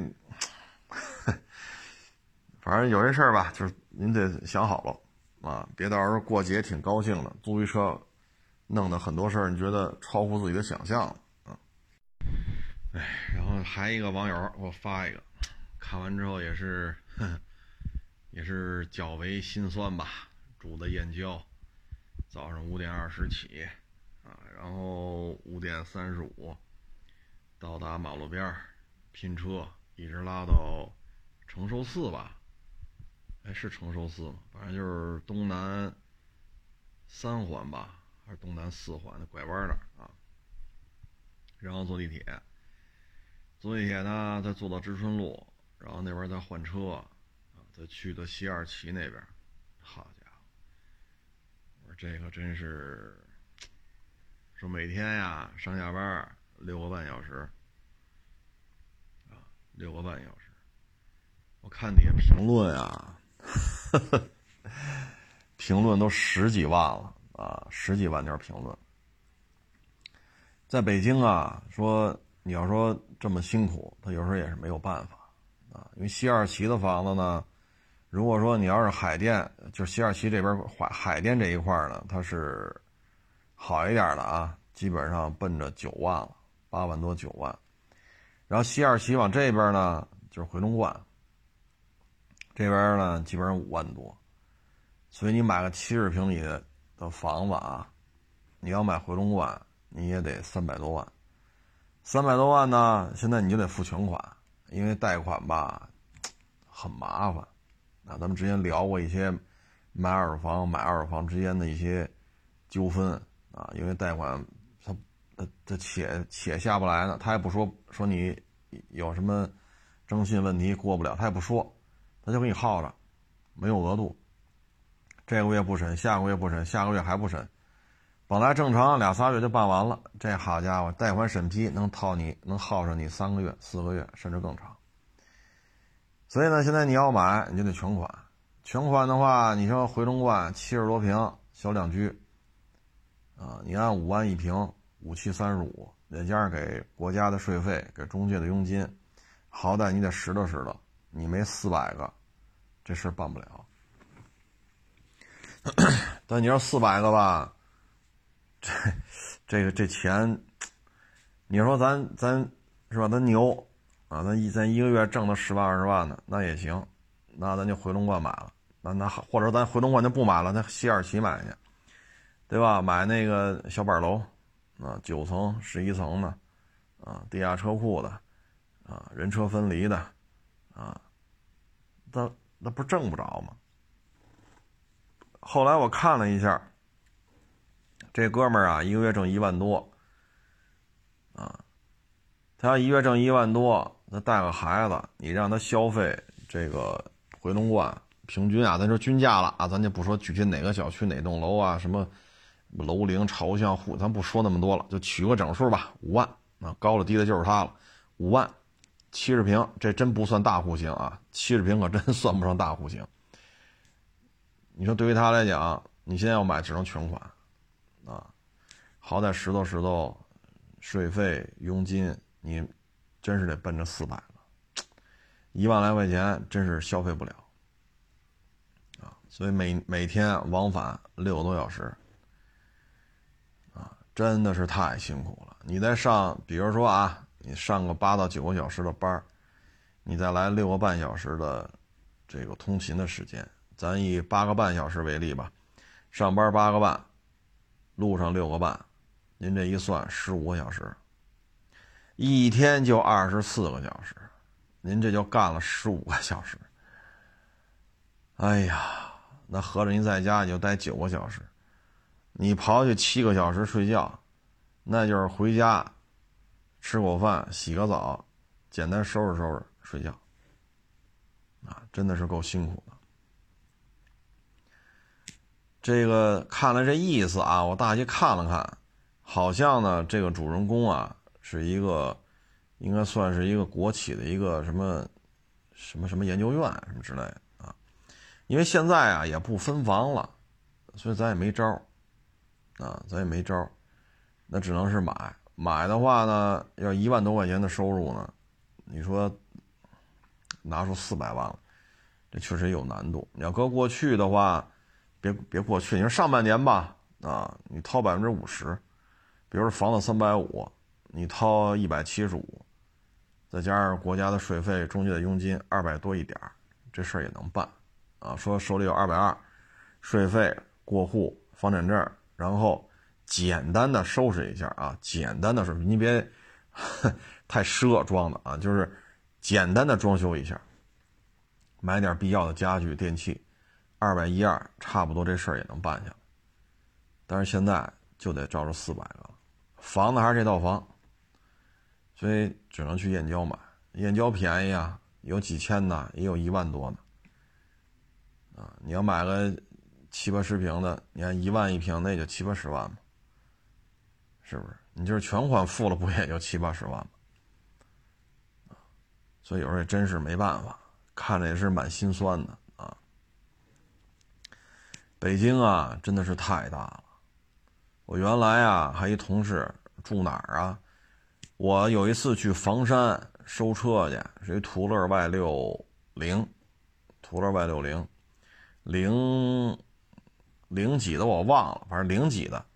反正有些事儿吧，就是您得想好了啊，别到时候过节挺高兴的，租一车，弄得很多事儿你觉得超乎自己的想象了啊。哎，然后还一个网友给我发一个，看完之后也是，呵呵也是较为心酸吧。住的燕郊，早上五点二十起，啊，然后五点三十五到达马路边拼车，一直拉到承寿寺吧。哎，是承寿寺吗？反正就是东南三环吧，还是东南四环的拐弯那儿啊。然后坐地铁，坐地铁呢，再坐到知春路，然后那边再换车，啊，再去的西二旗那边。好家伙，我说这个真是，说每天呀上下班六个半小时，啊，六个半小时。我看底下评论啊。呵呵，评论都十几万了啊，十几万条评论。在北京啊，说你要说这么辛苦，他有时候也是没有办法啊。因为西二旗的房子呢，如果说你要是海淀，就是西二旗这边海海淀这一块呢，它是好一点的啊，基本上奔着九万了，八万多九万。然后西二旗往这边呢，就是回龙观。这边呢，基本上五万多，所以你买个七十平米的的房子啊，你要买回龙观，你也得三百多万。三百多万呢，现在你就得付全款，因为贷款吧很麻烦。啊，咱们之前聊过一些买二手房、买二手房之间的一些纠纷啊，因为贷款他他他且且下不来呢，他也不说说你有什么征信问题过不了，他也不说。他就给你耗着，没有额度，这个月不审，下个月不审，下个月还不审，本来正常俩仨月就办完了，这好家伙，贷款审批能套你，能耗上你三个月、四个月，甚至更长。所以呢，现在你要买，你就得全款。全款的话，你说回龙观七十多平小两居，啊，你按五万一平，五七三十五，再加上给国家的税费，给中介的佣金，好歹你得拾掇拾掇。你没四百个，这事办不了。但你要四百个吧，这这个这钱，你说咱咱是吧？咱牛啊，咱一咱一个月挣到十万二十万的那也行，那咱就回龙观买了，那那或者咱回龙观就不买了，咱西二旗买去，对吧？买那个小板楼啊，九层、十一层的啊，地下车库的啊，人车分离的啊。那那不挣不着吗？后来我看了一下，这哥们儿啊，一个月挣一万多，啊，他要一月挣一万多，他带个孩子，你让他消费这个回龙观，平均啊，咱说均价了啊，咱就不说具体哪个小区哪栋楼啊，什么楼龄、朝向、户，咱不说那么多了，就取个整数吧，五万啊，高了低的就是他了，五万。七十平，这真不算大户型啊！七十平可真算不上大户型。你说对于他来讲，你现在要买只能全款，啊，好歹拾掇拾掇，税费、佣金，你真是得奔着四百了，一万来块钱真是消费不了，啊，所以每每天往返六个多小时，啊，真的是太辛苦了。你再上，比如说啊。你上个八到九个小时的班，你再来六个半小时的这个通勤的时间，咱以八个半小时为例吧，上班八个半，路上六个半，您这一算十五个小时，一天就二十四个小时，您这就干了十五个小时。哎呀，那合着您在家你就待九个小时，你刨去七个小时睡觉，那就是回家。吃口饭，洗个澡，简单收拾收拾，睡觉，啊，真的是够辛苦的。这个看了这意思啊，我大体看了看， 好像呢这个主人公啊是一个应该算是一个国企的一个什么什么什么研究院什么之类的啊。因为现在啊也不分房了，所以咱也没招啊，咱也没招，那只能是买。买的话呢，要一万多块钱的收入呢，你说拿出四百万了，这确实有难度。你要搁过去的话，别别过去，你说上半年吧，啊，你掏百分之五十，比如说房子三百五，你掏一百七十五，再加上国家的税费、中介的佣金二百多一点，这事儿也能办啊。说手里有二百二，税费、过户、房产证，然后简单的收拾一下啊，简单的收拾，你别太奢装的啊，就是简单的装修一下，买点必要的家具电器，二百一二差不多这事儿也能办下来。但是现在就得照着四百个了，房子还是这套房，所以只能去燕郊买。燕郊便宜啊，有几千的，也有一万多的啊。你要买个七八十平的，你看一万一平，那也就七八十万嘛，是不是？你就是全款付了，不也就七八十万吗？所以有时候也真是没办法，看着也是蛮心酸的啊。北京啊，真的是太大了。我原来啊，还一同事住哪儿啊？我有一次去房山收车去，是一途乐 Y 六零，途乐 Y 六零，零零几的我忘了，反正零几的。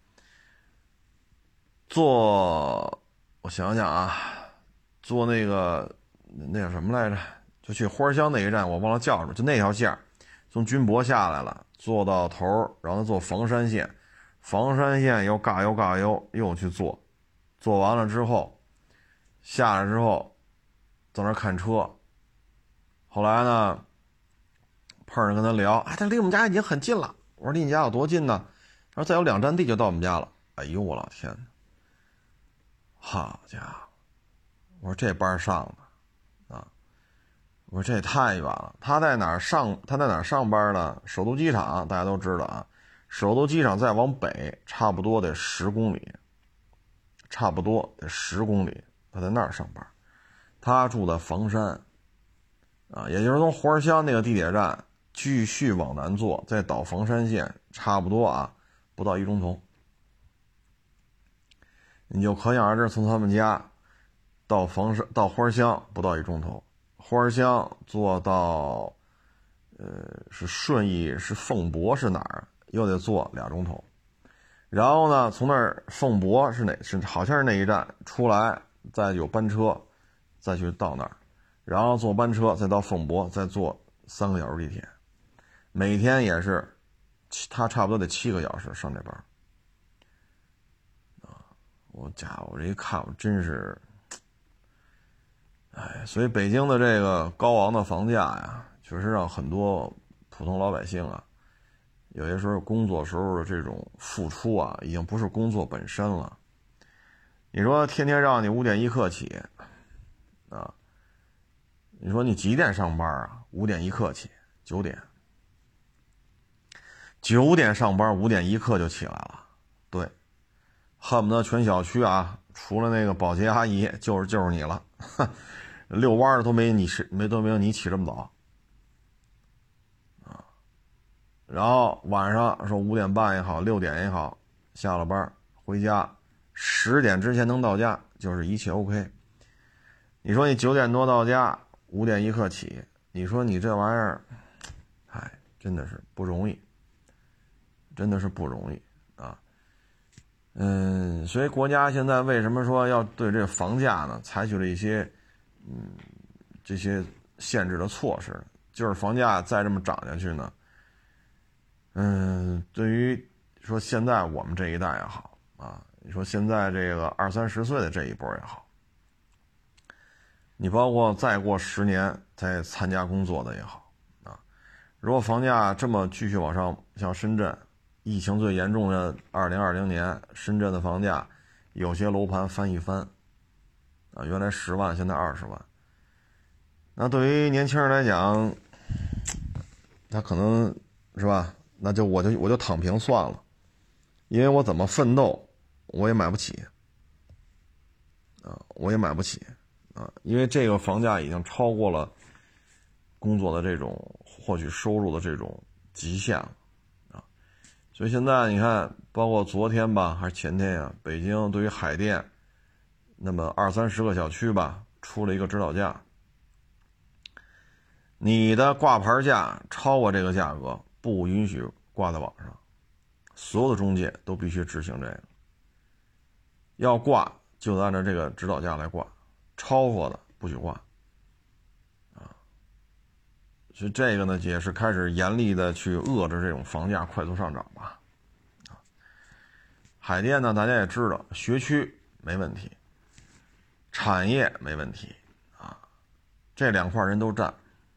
坐，我想想啊，坐那个那叫什么来着？就去花乡那一站，我忘了叫什么，就那条线，从军博下来了，坐到头，然后坐房山线，房山线又嘎悠嘎悠又去坐，坐完了之后下来之后在那看车。后来呢碰上跟他聊，哎，他离我们家已经很近了。我说离你家有多近呢？他说再有两站地就到我们家了。哎呦我老天哪，好家伙，我说这班上的啊，我说这也太远了。他在哪儿上他在哪儿上班呢？首都机场大家都知道啊，首都机场再往北差不多得十公里，差不多得十公里，他在那儿上班。他住在房山啊，也就是从花乡那个地铁站继续往南坐，再倒房山线，差不多啊不到一钟头。你就可想而知，从他们家到房山到花乡不到一钟头，花乡坐到呃是顺义是凤博是哪儿，又得坐俩钟头。然后呢，从那儿凤博是哪是好像是那一站出来，再有班车，再去到那儿，然后坐班车再到凤博，再坐三个小时地铁，每天也是他差不多得七个小时上这班。我家伙，我这一看，我真是，哎，所以北京的这个高昂的房价呀，确实让很多普通老百姓啊，有些时候工作时候的这种付出啊，已经不是工作本身了。你说天天让你五点一刻起，啊，你说你几点上班啊？五点一刻起，九点，九点上班，五点一刻就起来了，对。恨不得全小区啊，除了那个保洁阿姨，就是就是你了，遛弯的都没你是没都没有你起这么早啊。然后晚上说五点半也好，六点也好，下了班回家，十点之前能到家，就是一切 OK。你说你九点多到家，五点一刻起，你说你这玩意儿，哎，真的是不容易，真的是不容易啊。嗯，所以国家现在为什么说要对这个房价呢采取了一些嗯这些限制的措施，就是房价再这么涨下去呢，嗯，对于说现在我们这一代也好啊，你说现在这个二三十岁的这一波也好，你包括再过十年再参加工作的也好啊，如果房价这么继续往上，像深圳疫情最严重的二零二零年，深圳的房价有些楼盘翻一番啊，原来十万现在二十万。那对于年轻人来讲，他可能是吧，那就我就我就躺平算了，因为我怎么奋斗我也买不起啊，我也买不起啊，因为这个房价已经超过了工作的这种获取收入的这种极限了啊，所以现在你看，包括昨天吧，还是前天呀、啊，北京对于海淀那么二三十个小区吧，出了一个指导价，你的挂牌价超过这个价格，不允许挂在网上，所有的中介都必须执行这个，要挂就按照这个指导价来挂，超过的不许挂啊。所以这个呢，也是开始严厉的去遏制这种房价快速上涨吧。啊，海淀呢，大家也知道，学区没问题，产业没问题啊，这两块人都占。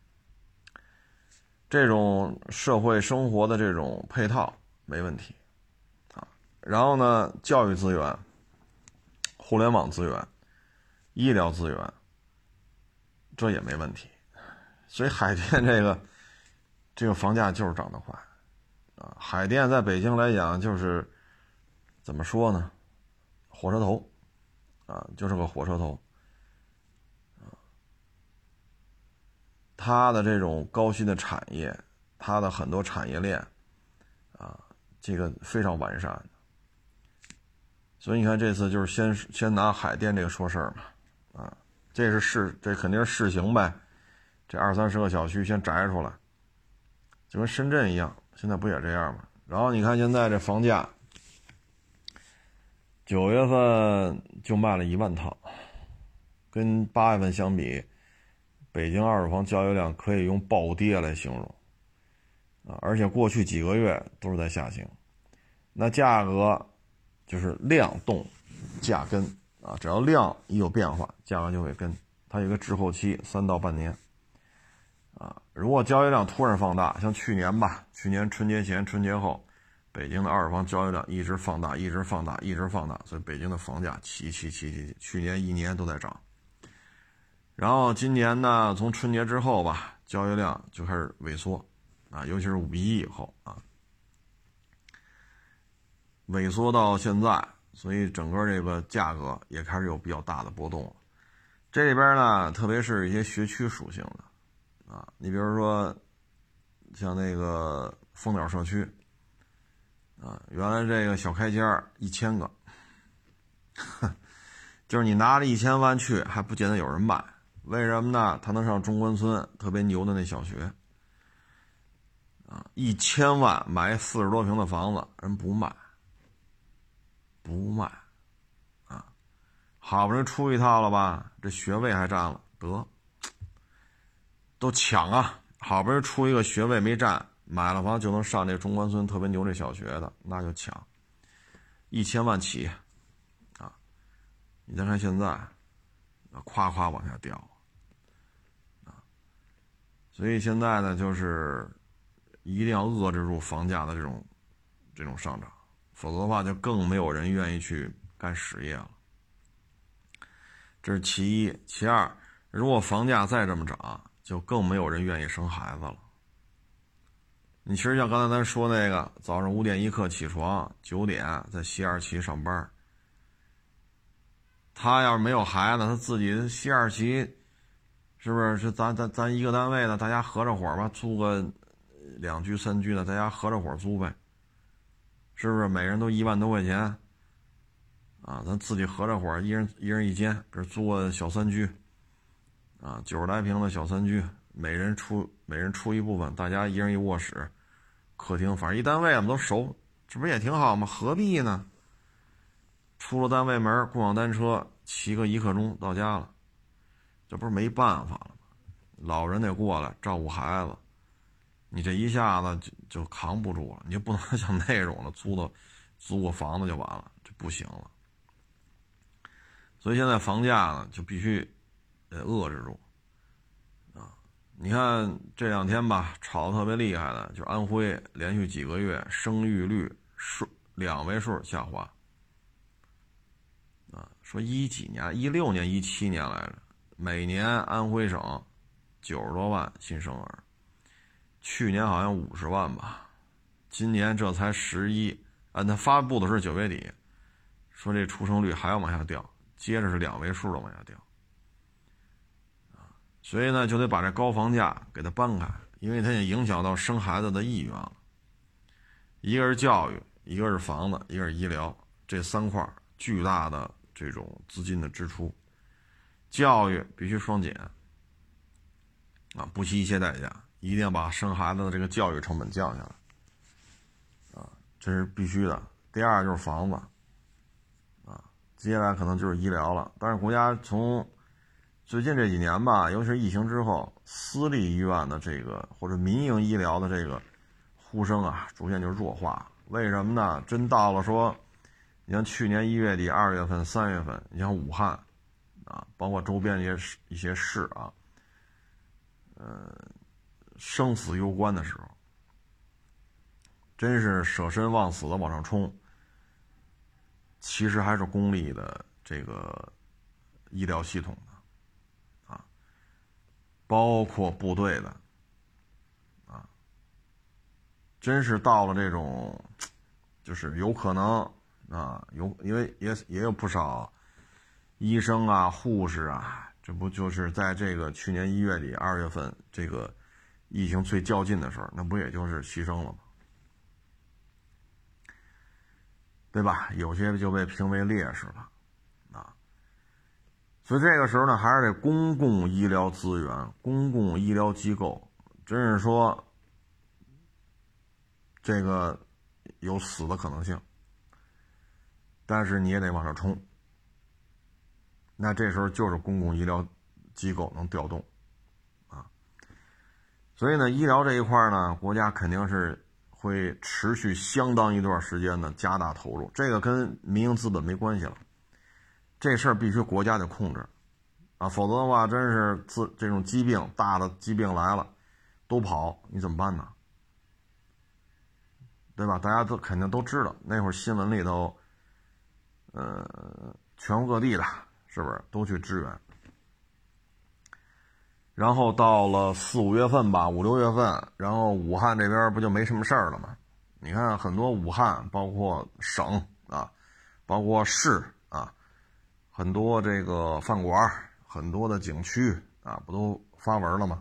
这种社会生活的这种配套没问题啊，然后呢，教育资源、互联网资源、医疗资源，这也没问题。所以海淀这个这个房价就是涨得快啊。海淀在北京来讲，就是怎么说呢，火车头啊，就是个火车头啊。它的这种高新的产业，它的很多产业链啊，这个非常完善。所以你看这次就是先先拿海淀这个说事儿嘛，啊，这是试，这肯定是试行呗。这二三十个小区先摘出来，就跟深圳一样，现在不也这样吗？然后你看现在这房价，九月份就卖了一万套，跟八月份相比，北京二手房交易量可以用暴跌来形容啊，而且过去几个月都是在下行，那价格就是量动价跟啊，只要量一有变化，价格就会跟，它有一个滞后期，三到半年啊。如果交易量突然放大，像去年吧，去年春节前春节后，北京的二手房交易量一直放大一直放大一直放大，所以北京的房价起起起起起，去年一年都在涨。然后今年呢，从春节之后吧，交易量就开始萎缩啊，尤其是五一以后啊，萎缩到现在，所以整个这个价格也开始有比较大的波动了。这里边呢，特别是一些学区属性的啊，你比如说像那个蜂鸟社区啊，原来这个小开间一千个，就是你拿着一千万去，还不见得有人买。为什么呢？他能上中关村特别牛的那小学啊，一千万买四十多平的房子，人不卖，不卖啊！好不容易出一套了吧，这学位还占了，得都抢啊！好不容易出一个学位没占，买了房就能上这中关村特别牛这小学的，那就抢，一千万起啊！你再看现在，夸夸往下掉。所以现在呢，就是一定要遏制住房价的这种这种上涨，否则的话就更没有人愿意去干实业了。这是其一，其二，如果房价再这么涨，就更没有人愿意生孩子了。你其实像刚才咱说那个，早上五点一刻起床，九点在西二旗上班，他要是没有孩子，他自己西二旗。是不是是咱咱咱一个单位的，大家合着伙吧，租个两居三居的，大家合着伙租呗，是不是每人都一万多块钱啊？咱自己合着伙，一人一人一间，比如租个小三居啊，九十来平的小三居，每人出每人出一部分，大家一人一卧室、客厅，反正一单位我们都熟，这不是也挺好吗？何必呢？出了单位门，共享单车骑个一刻钟到家了。这不是没办法了吗？老人得过来照顾孩子，你这一下子就就扛不住了，你就不能像那种的租的租个房子就完了，这不行了。所以现在房价呢就必须得遏制住啊！你看这两天吧，炒得特别厉害的，就是安徽连续几个月生育率数两位数下滑啊，说一几年，一六年、一七年来着。每年安徽省九十多万新生儿，去年好像五十万吧，今年这才十一，按他发布的是九月底， 说这出生率还要往下掉，接着是两位数的往下掉，啊，所以呢就得把这高房价给它搬开，因为它也影响到生孩子的意愿了。一个是教育，一个是房子，一个是医疗，这三块巨大的这种资金的支出。教育必须双减，啊，不惜一切代价，一定要把生孩子的这个教育成本降下来，啊，这是必须的。第二就是房子，啊，接下来可能就是医疗了。但是国家从最近这几年吧，尤其是疫情之后，私立医院的这个或者民营医疗的这个呼声啊，逐渐就弱化。为什么呢？真到了说，你像去年一月底、二月份、三月份，你像武汉啊，包括周边一些一些市啊，呃，生死攸关的时候，真是舍身忘死的往上冲。其实还是公立的这个医疗系统的啊，包括部队的啊，真是到了这种，就是有可能啊，有因为也也有不少医生啊、护士啊，这不就是在这个去年一月底、二月份这个疫情最较劲的时候，那不也就是牺牲了吗？对吧？有些就被评为烈士了，啊，所以这个时候呢，还是得公共医疗资源、公共医疗机构，真是说这个有死的可能性，但是你也得往上冲。那这时候就是公共医疗机构能调动，啊，所以呢，医疗这一块呢，国家肯定是会持续相当一段时间的加大投入，这个跟民营资本没关系了，这事儿必须国家得控制啊，否则的话，真是自这种疾病大的疾病来了，都跑，你怎么办呢？对吧？大家都肯定都知道，那会儿新闻里头，呃，全国各地的，是不是都去支援？然后到了四五月份吧，五六月份，然后武汉这边不就没什么事儿了吗？你看很多武汉，包括省啊，包括市啊，很多这个饭馆，很多的景区啊，不都发文了吗？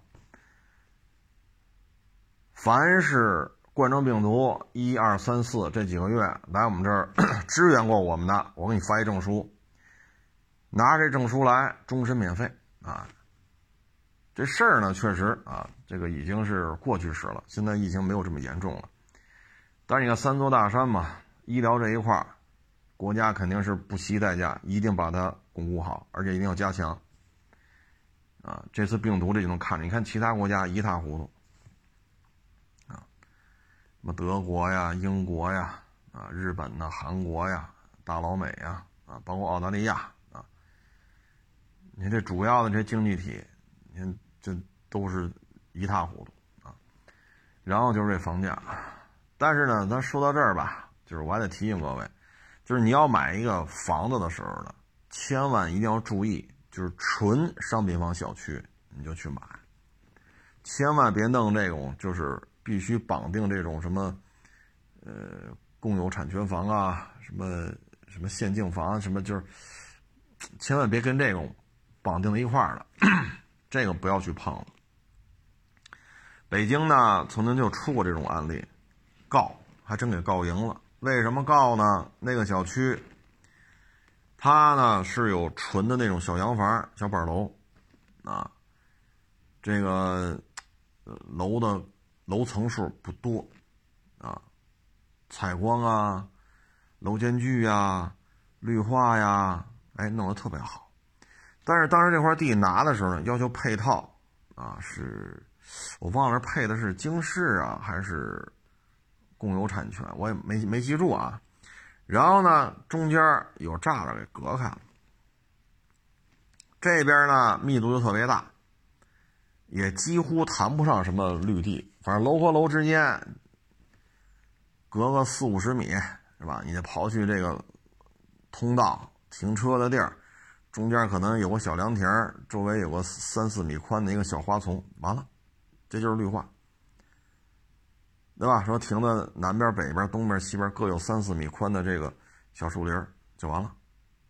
凡是冠状病毒一二三四这几个月来我们这儿支援过我们的，我给你发一证书，拿这证书来，终身免费啊。这事儿呢，确实啊，这个已经是过去式了。现在疫情没有这么严重了，但是你看三座大山嘛，医疗这一块，国家肯定是不惜代价，一定把它巩固好，而且一定要加强。啊，这次病毒这就能看着，你看其他国家一塌糊涂，啊，什么德国呀、英国呀、啊日本呐、韩国呀、大老美呀、啊，包括澳大利亚啊，你这主要的这经济体。你看，这都是一塌糊涂啊！然后就是这房价，但是呢，咱说到这儿吧，就是我还得提醒各位，就是你要买一个房子的时候呢，千万一定要注意，就是纯商品房小区你就去买，千万别弄这种就是必须绑定这种什么呃共有产权房啊，什么什么限境房，什么就是千万别跟这种绑定在一块儿了。这个不要去碰了。北京呢，曾经就出过这种案例，告还真给告赢了。为什么告呢？那个小区，它呢是有纯的那种小洋房、小板楼，啊，这个、呃、楼的楼层数不多，啊，采光啊、楼间距呀、绿化呀，哎，弄得特别好。但是当时这块地拿的时候呢，要求配套啊，是我忘了配的是经适啊还是共有产权，我也没没记住啊。然后呢，中间有栅栏给隔开了，这边呢密度就特别大，也几乎谈不上什么绿地，反正楼和楼之间隔个四五十米是吧？你得刨去这个通道停车的地儿。中间可能有个小凉亭，周围有个三四米宽的一个小花丛，完了，这就是绿化，对吧？说停的南边、北边、东边、西边各有三四米宽的这个小树林， 就完了。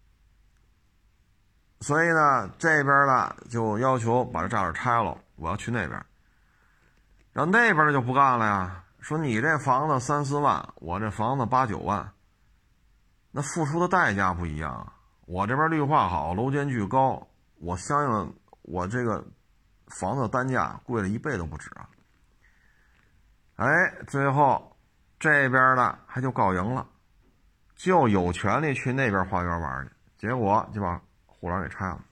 所以呢，这边呢就要求把这栅栏拆了，我要去那边。然后那边的就不干了呀，说你这房子三四万，我这房子八九万，那付出的代价不一样啊。我这边绿化好，楼间距高，我相应我这个房子单价贵了一倍都不止啊。哎，最后这边呢还就告赢了，就有权利去那边花园玩去，结果就把护栏给拆了。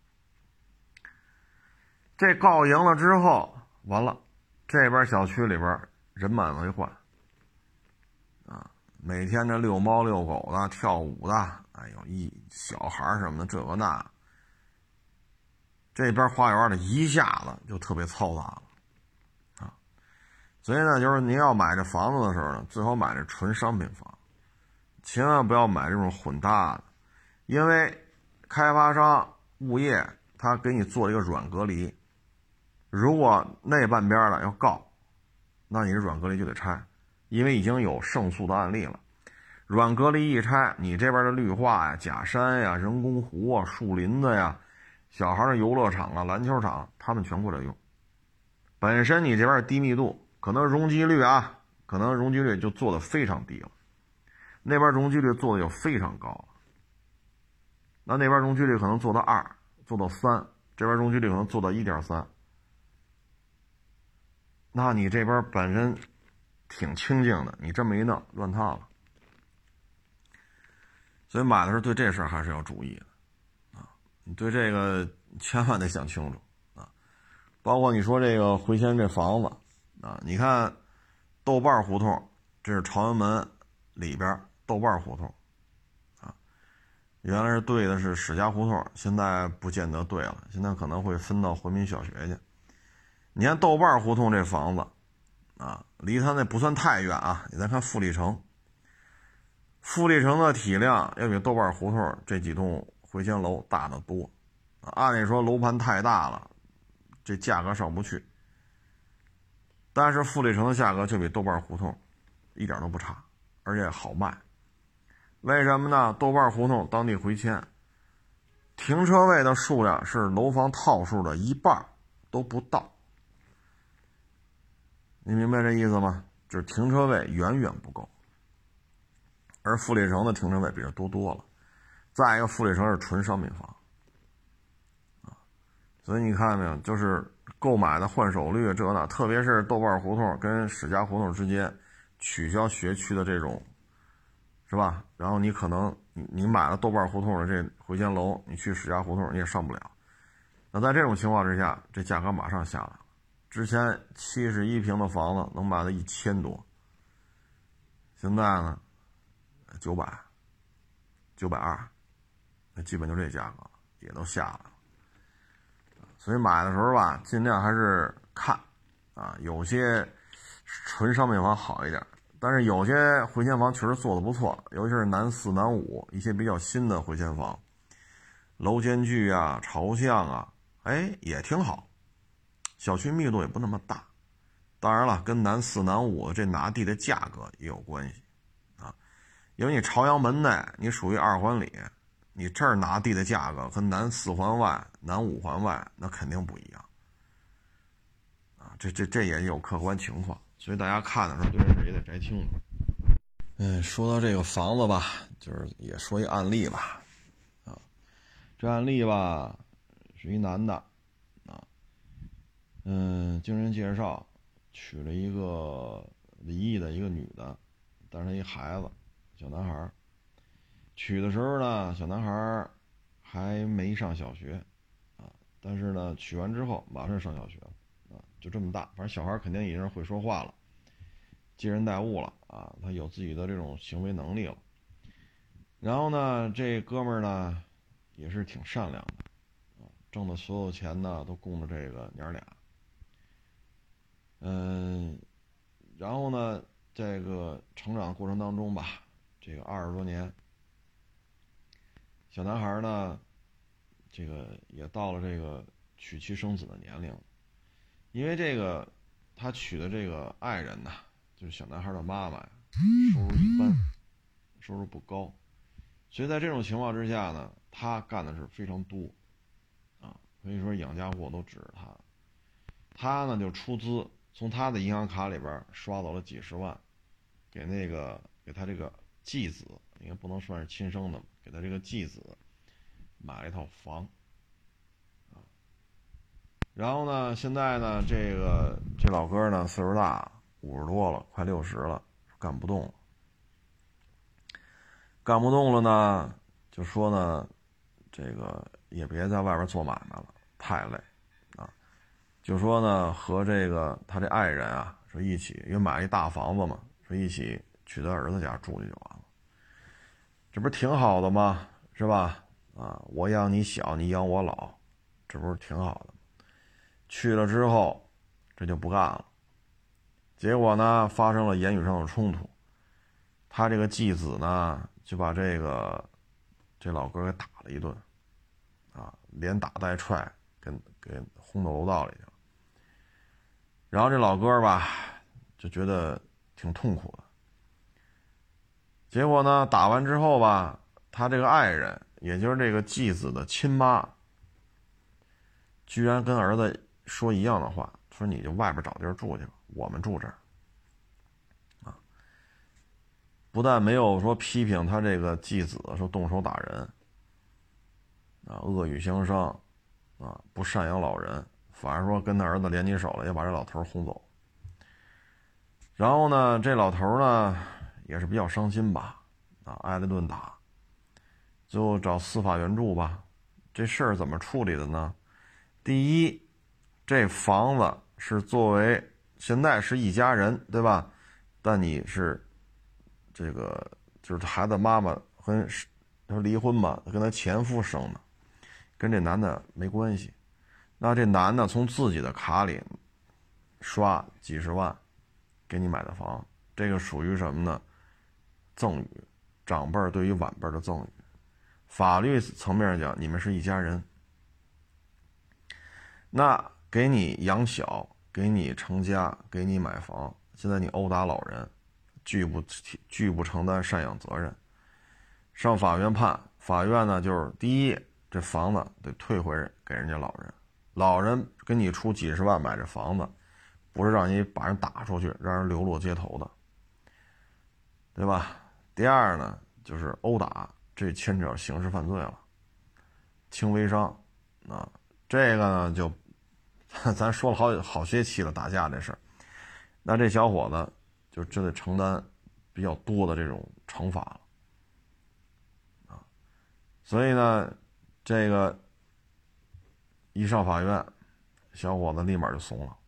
这告赢了之后，完了，这边小区里边人满为患啊，每天这遛猫遛狗的、跳舞的，哎呦，一小孩什么的，这个那，这边花园的一下子就特别嘈杂了啊。所以呢，就是您要买这房子的时候呢，最好买这纯商品房，千万不要买这种混搭的，因为开发商、物业他给你做了一个软隔离，如果那半边的要告，那你这软隔离就得拆，因为已经有胜诉的案例了。软隔离一拆，你这边的绿化呀、假山呀、人工湖啊、树林子呀、小孩的游乐场啊、篮球场，他们全过来用。本身你这边低密度，可能容积率啊，可能容积率就做的非常低了，那边容积率做的就非常高了。那那边容积率可能做到二，做到三，这边容积率可能做到一点三。那你这边本身挺清静的，你这么一弄乱套了。所以买的时候对这事儿还是要注意的啊！你对这个千万得想清楚啊！包括你说这个回迁这房子啊，你看豆瓣胡同，这是朝阳门里边豆瓣胡同啊，原来是对的是史家胡同，现在不见得对了，现在可能会分到回民小学去。你看豆瓣胡同这房子啊，离它那不算太远啊。你再看富力城，富力城的体量要比豆瓣胡同这几栋回迁楼大得多啊。按理说楼盘太大了，这价格上不去，但是富力城的价格就比豆瓣胡同一点都不差，而且好卖。为什么呢？豆瓣胡同当地回迁，停车位的数量是楼房套数的一半都不到。你明白这意思吗？就是停车位远远不够，而富力城的停车位比这多多了。再一个，富力城是纯商品房啊，所以你看没有，就是购买的换手率这那，特别是豆瓣胡同跟史家胡同之间取消学区的这种，是吧？然后你可能你你买了豆瓣胡同的这回迁楼，你去史家胡同你也上不了。那在这种情况之下，这价格马上下来了。之前七十一平的房子能买到一千多，现在呢，九百、九百二，那基本就这价格了，也都下来了。所以买的时候吧，尽量还是看啊，有些纯商品房好一点，但是有些回迁房确实做得不错，尤其是南四、南五一些比较新的回迁房，楼间距啊、朝向啊，哎，也挺好。小区密度也不那么大，当然了，跟南四南五这拿地的价格也有关系啊。因为你朝阳门内你属于二环里，你这儿拿地的价格和南四环外、南五环外那肯定不一样啊。这这这也有客观情况，所以大家看的时候对这事也得摘清楚。嗯，说到这个房子吧，就是也说一案例吧，啊，这案例吧是一男的。嗯，经人介绍娶了一个离异的一个女的，但是一孩子小男孩，娶的时候呢小男孩还没上小学啊，但是呢娶完之后马上上小学了啊，就这么大，反正小孩肯定已经是会说话了，接人待物了啊，他有自己的这种行为能力了。然后呢这哥们儿呢也是挺善良的啊，挣的所有钱呢都供着这个娘俩。嗯，然后呢，这个成长过程当中吧，这个二十多年，小男孩呢，这个也到了这个娶妻生子的年龄，因为这个他娶的这个爱人呢，就是小男孩的妈妈呀，收入一般，收入不高， 所以在这种情况之下呢，他干的是非常多啊，可以说养家户都指着他。他呢就出资从他的银行卡里边刷走了几十万，给那个给他这个继子，应该不能算是亲生的，给他这个继子买了一套房啊。然后呢，现在呢，这个这老哥呢岁数大，五十多了，快六十了，干不动了。干不动了呢，就说呢，这个也别在外边做买卖了，太累啊。就说呢，和这个他这爱人啊，说一起，因为买一大房子嘛，说一起去他儿子家住去就完了。这不是挺好的吗？是吧？啊，我养你小，你养我老，这不是挺好的？去了之后，这就不干了。结果呢，发生了言语上的冲突。他这个继子呢，就把这个这老哥给打了一顿，啊，连打带踹，给给轰到楼道里去了。然后这老哥吧，就觉得挺痛苦的。结果呢，打完之后吧，他这个爱人，也就是这个继子的亲妈，居然跟儿子说一样的话，说你就外边找地儿住去吧，我们住这儿。啊，不但没有说批评他这个继子说动手打人，啊，恶语相伤，啊，不赡养老人，反而说跟他儿子联起手来，要把这老头轰走。然后呢，这老头呢也是比较伤心吧，啊，挨了顿打，最后找司法援助吧。这事儿怎么处理的呢？第一，这房子是作为现在是一家人，对吧？但你是这个就是孩子妈妈跟他离婚嘛，跟他前夫生的，跟这男的没关系。那这男的从自己的卡里刷几十万给你买的房，这个属于什么呢？赠与，长辈对于晚辈的赠与。法律层面讲，你们是一家人。那给你养小，给你成家，给你买房，现在你殴打老人，拒不拒不承担赡养责任，上法院判，法院呢就是第一，这房子得退回给人家老人，老人给你出几十万买这房子，不是让你把人打出去，让人流落街头的，对吧？第二呢，就是殴打，这牵扯刑事犯罪了，轻微伤啊，这个呢就咱说了好好些期了，打架这事儿，那这小伙子就真得承担比较多的这种惩罚了啊。所以呢，这个一上法院，小伙子立马就怂了。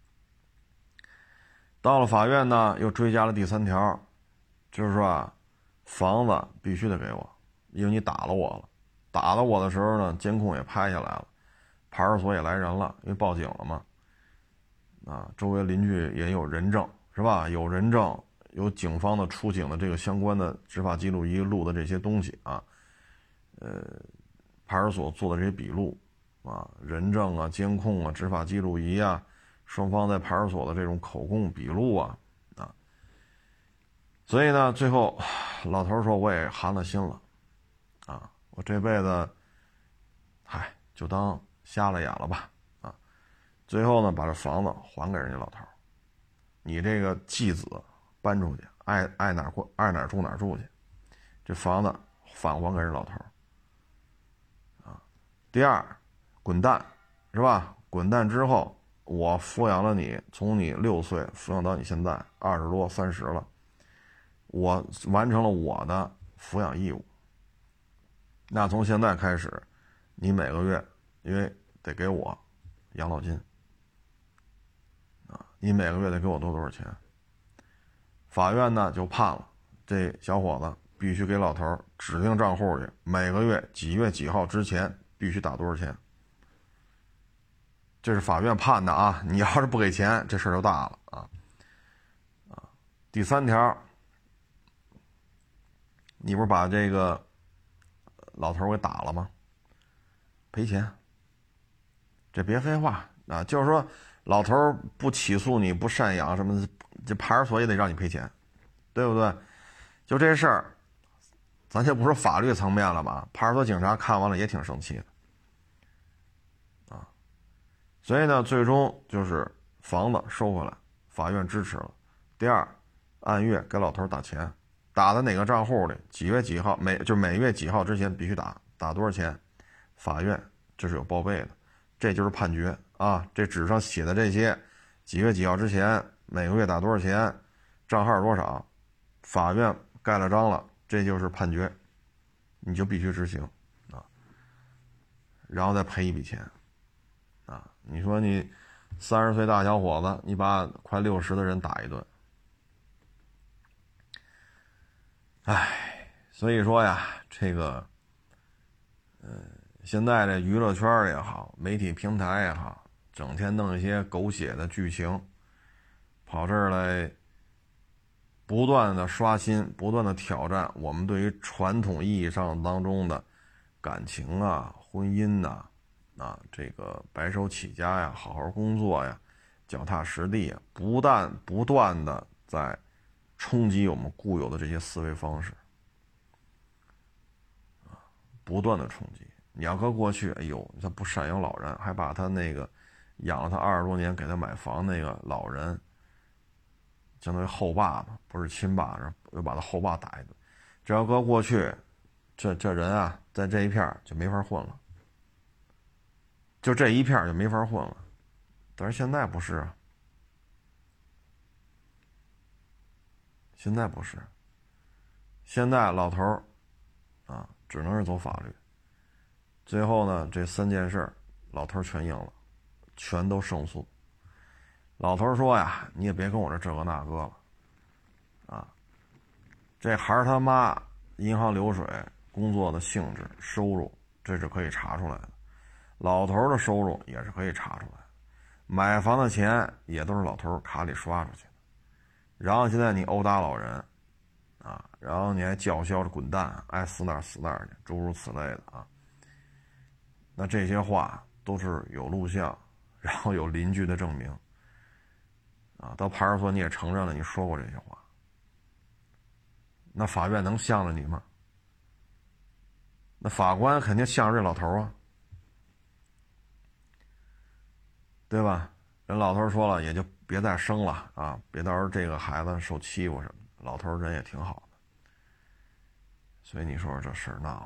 到了法院呢，又追加了第三条，就是说啊，房子必须得给我，因为你打了我了。打了我的时候呢，监控也拍下来了，派出所也来人了，因为报警了嘛。啊，周围邻居也有人证，是吧？有人证，有警方的出警的这个相关的执法记录仪录的这些东西啊，呃，派出所做的这些笔录啊，人证啊、监控啊、执法记录仪啊，双方在派出所的这种口供笔录啊，啊，所以呢，最后老头说我也寒了心了，啊，我这辈子，嗨，就当瞎了眼了吧，啊，最后呢，把这房子还给人家老头，你这个继子搬出去，爱爱哪过爱哪住哪住去，这房子返还给人老头，啊，第二，滚蛋，是吧？滚蛋之后，我抚养了你，从你六岁抚养到你现在二十多三十了，我完成了我的抚养义务。那从现在开始，你每个月因为得给我养老金啊，你每个月得给我多多少钱？法院呢就判了，这小伙子必须给老头指定账户去，每个月几月几号之前必须打多少钱。这是法院判的啊，你要是不给钱，这事儿就大了啊啊！第三条，你不是把这个老头给打了吗？赔钱。这别废话啊，就是说老头不起诉你不赡养什么，这派出所也得让你赔钱，对不对？就这事儿， 咱就不说法律层面了吧，派出所警察看完了也挺生气的啊。所以呢，最终就是房子收回来，法院支持了。第二，按月给老头打钱，打的哪个账户里，几月几号，每就每月几号之前必须打，打多少钱，法院这是有报备的，这就是判决啊。这纸上写的这些，几月几号之前，每个月打多少钱，账号多少，法院盖了章了，这就是判决，你就必须执行啊，然后再赔一笔钱啊。你说你三十岁大小伙子，你把快六十的人打一顿，唉，所以说呀，这个，嗯、呃，现在这娱乐圈也好，媒体平台也好，整天弄一些狗血的剧情，跑这儿来，不断的刷新，不断的挑战我们对于传统意义上当中的感情啊、婚姻呐、啊，啊，这个白手起家呀、好好工作呀、脚踏实地啊，不但不断的在冲击我们固有的这些思维方式，啊，不断的冲击。你要搁过去，哎呦，他不赡养老人，还把他那个养了他二十多年给他买房那个老人，相当于后爸嘛，不是亲爸，又把他后爸打一顿。这要搁过去，这这人啊，在这一片就没法混了，就这一片就没法混了。但是现在不是啊，现在不是，现在老头儿啊，只能是走法律。最后呢，这三件事老头儿全赢了，全都胜诉。老头儿说呀，你也别跟我这这个那个了，啊，这孩儿他妈银行流水、工作的性质、收入，这是可以查出来的。老头儿的收入也是可以查出来的，买房的钱也都是老头儿卡里刷出去的。然后现在你殴打老人，啊，然后你还叫嚣着滚蛋，爱死哪儿死哪儿去，诸如此类的啊。那这些话都是有录像，然后有邻居的证明，啊，到派出所你也承认了你说过这些话，那法院能向着你吗？那法官肯定向着这老头啊，对吧？人老头说了，也就别再生了啊，别到时候这个孩子受欺负什么的。老头人也挺好的，所以你说说这事儿闹，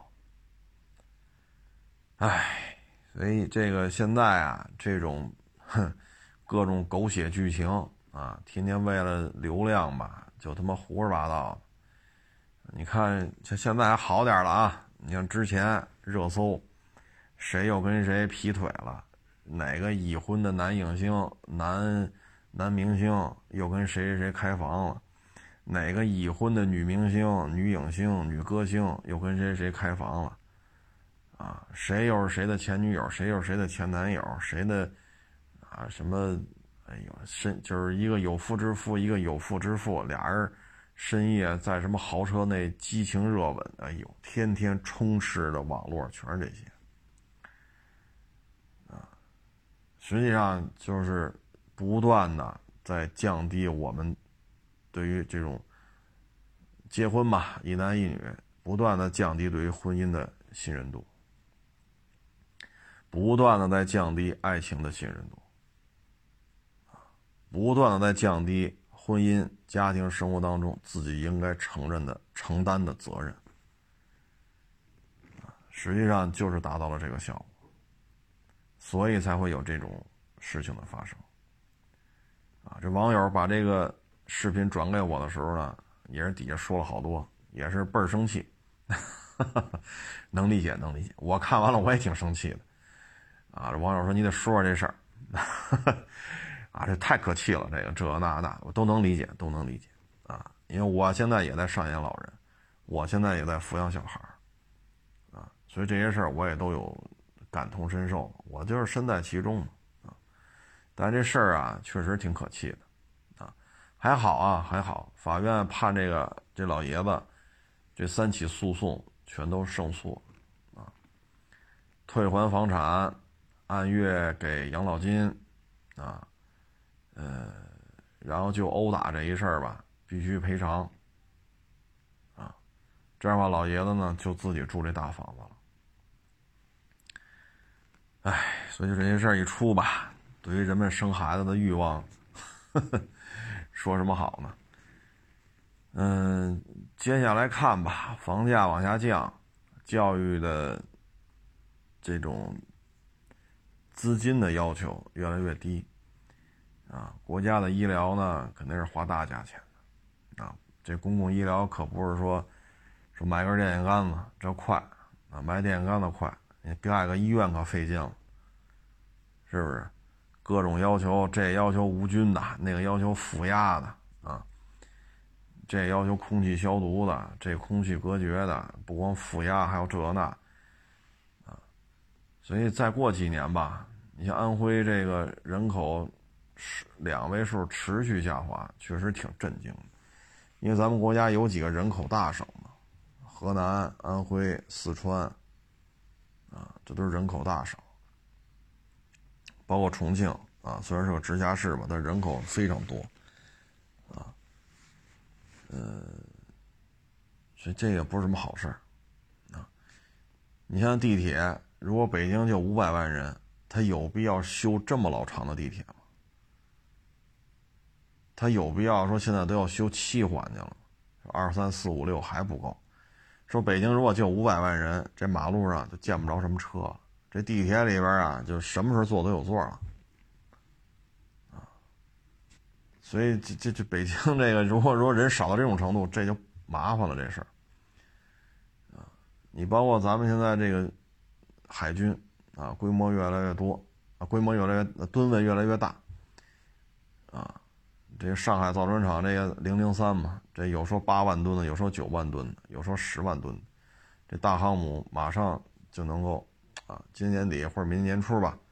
唉。所以这个现在啊，这种哼各种狗血剧情啊，天天为了流量吧，就他妈胡说八道。你看，像现在还好点了啊，你像之前热搜，谁又跟谁劈腿了，哪个已婚的男影星、男男明星又跟谁谁谁开房了，哪个已婚的女明星、女影星、女歌星又跟谁谁开房了。啊，谁又是谁的前女友，谁又是谁的前男友，谁的啊什么？哎呦，深就是一个有妇之夫，一个有妇之夫，俩人深夜在什么豪车内激情热吻，哎呦，天天充斥着网络全是这些啊。实际上就是不断的在降低我们对于这种结婚吧，一男一女，不断的降低对于婚姻的信任度。不断的在降低爱情的信任度，不断的在降低婚姻家庭生活当中自己应该承认的承担的责任，实际上就是达到了这个效果，所以才会有这种事情的发生。啊，这网友把这个视频转给我的时候呢，也是底下说了好多，也是倍儿生气能理解能理解，我看完了我也挺生气的啊。这网友说你得说说这事儿啊，这太可气了，这个这那那我都能理解都能理解啊，因为我现在也在赡养老人，我现在也在抚养小孩啊，所以这些事儿我也都有感同身受，我就是身在其中嘛啊。但这事儿啊确实挺可气的啊，还好啊还好，法院判这个这老爷子这三起诉讼全都胜诉啊，退还房产，按月给养老金啊，呃，然后就殴打这一事儿吧，必须赔偿啊， 这样的话，老爷子呢就自己住这大房子了。哎，所以就这些事儿一出吧，对于人们生孩子的欲望，呵呵，说什么好呢？嗯，接下来看吧，房价往下降，教育的这种资金的要求越来越低啊，国家的医疗呢肯定是花大价钱的啊，这公共医疗可不是说说买根电线杆子这快啊，买电线杆子快，你盖个医院可费劲了，是不是？各种要求，这要求无菌的，那个要求负压的啊，这要求空气消毒的，这空气隔绝的，不光负压，还有这那啊。所以再过几年吧，你像安徽这个人口两位数持续下滑，确实挺震惊的。因为咱们国家有几个人口大省嘛，河南、安徽、四川啊，这都是人口大省。包括重庆啊，虽然是个直辖市吧，但人口非常多啊。呃，所以这也不是什么好事儿啊。你像地铁，如果北京就五百万人，它有必要修这么老长的地铁吗？它有必要说现在都要修七环去了，二三四五六还不够。说北京如果就五百万人，这马路上就见不着什么车了。这地铁里边啊，就什么时候坐都有座了，啊，所以这这这北京这个，如果说人少到这种程度，这就麻烦了这事儿，啊，你包括咱们现在这个海军啊，规模越来越多啊，规模越来越吨位越来越大，啊，这个上海造船厂这个零零三嘛，这有时候八万吨的，有时候九万吨的，有时候十万吨的，这大航母马上就能够。啊，今年底或者明年年初吧，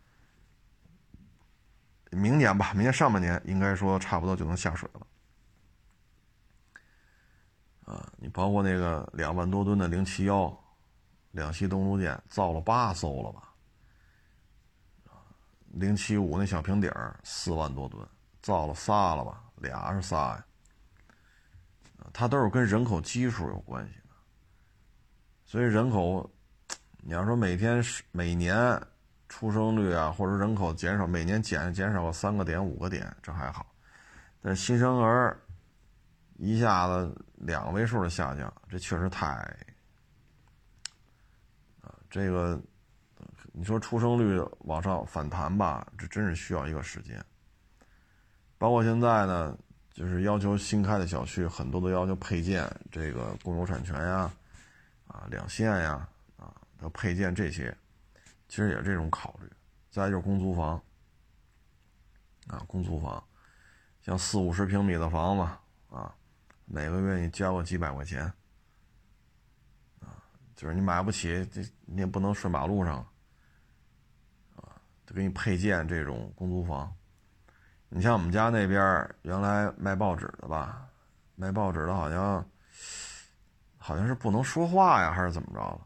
明年吧，明年上半年应该说差不多就能下水了。啊，你包括那个两万多吨的零七幺两栖登陆舰，造了八艘了吧？零七五那小平底儿四万多吨，造了仨了吧？俩是仨呀。它都是跟人口基数有关系的，所以人口。你要说每天每年出生率啊，或者人口减少，每年减减少个三个点五个点，这还好。但是新生儿一下子两位数的下降，这确实太啊，这个你说出生率往上反弹吧，这真是需要一个时间。包括现在呢，就是要求新开的小区很多都要求配建这个公有产权呀，啊两线呀。要配建这些，其实也是这种考虑。再就是公租房啊，公租房，像四五十平米的房子啊，每个月你交个几百块钱啊，就是你买不起，这你也不能睡马路上啊，就给你配建这种公租房。你像我们家那边原来卖报纸的吧，卖报纸的好像好像是不能说话呀，还是怎么着了？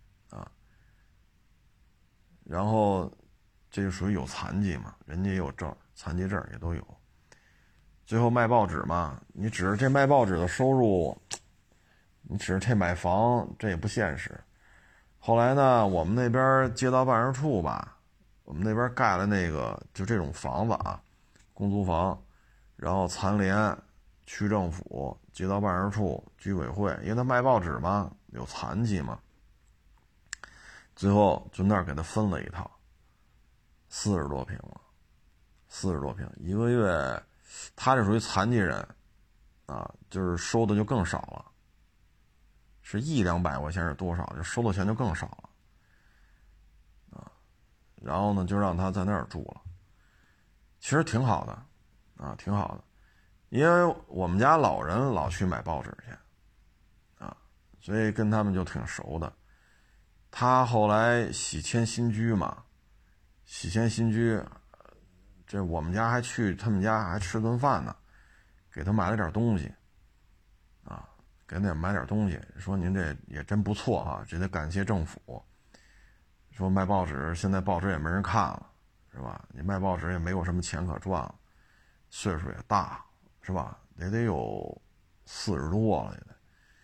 然后这就属于有残疾嘛，人家也有证，残疾证也都有。最后卖报纸嘛，你只是这卖报纸的收入，你只是这买房，这也不现实。后来呢，我们那边街道办事处吧，我们那边盖了那个就这种房子啊，公租房，然后残联、区政府、街道办事处、居委会，因为他卖报纸嘛，有残疾嘛。最后就那儿给他分了一套，四十多平了，四十多平一个月，他这属于残疾人，啊，就是收的就更少了，是一两百块钱是多少，就收的钱就更少了，啊，然后呢就让他在那儿住了，其实挺好的，啊，挺好的，因为我们家老人老去买报纸去，啊，所以跟他们就挺熟的。他后来喜迁新居嘛，喜迁新居，这我们家还去他们家还吃顿饭呢，给他买了点东西，啊，给他买点东西，说您这也真不错哈，这得感谢政府。说卖报纸，现在报纸也没人看了，是吧？你卖报纸也没有什么钱可赚了，岁数也大，是吧？也得有四十多了，也得。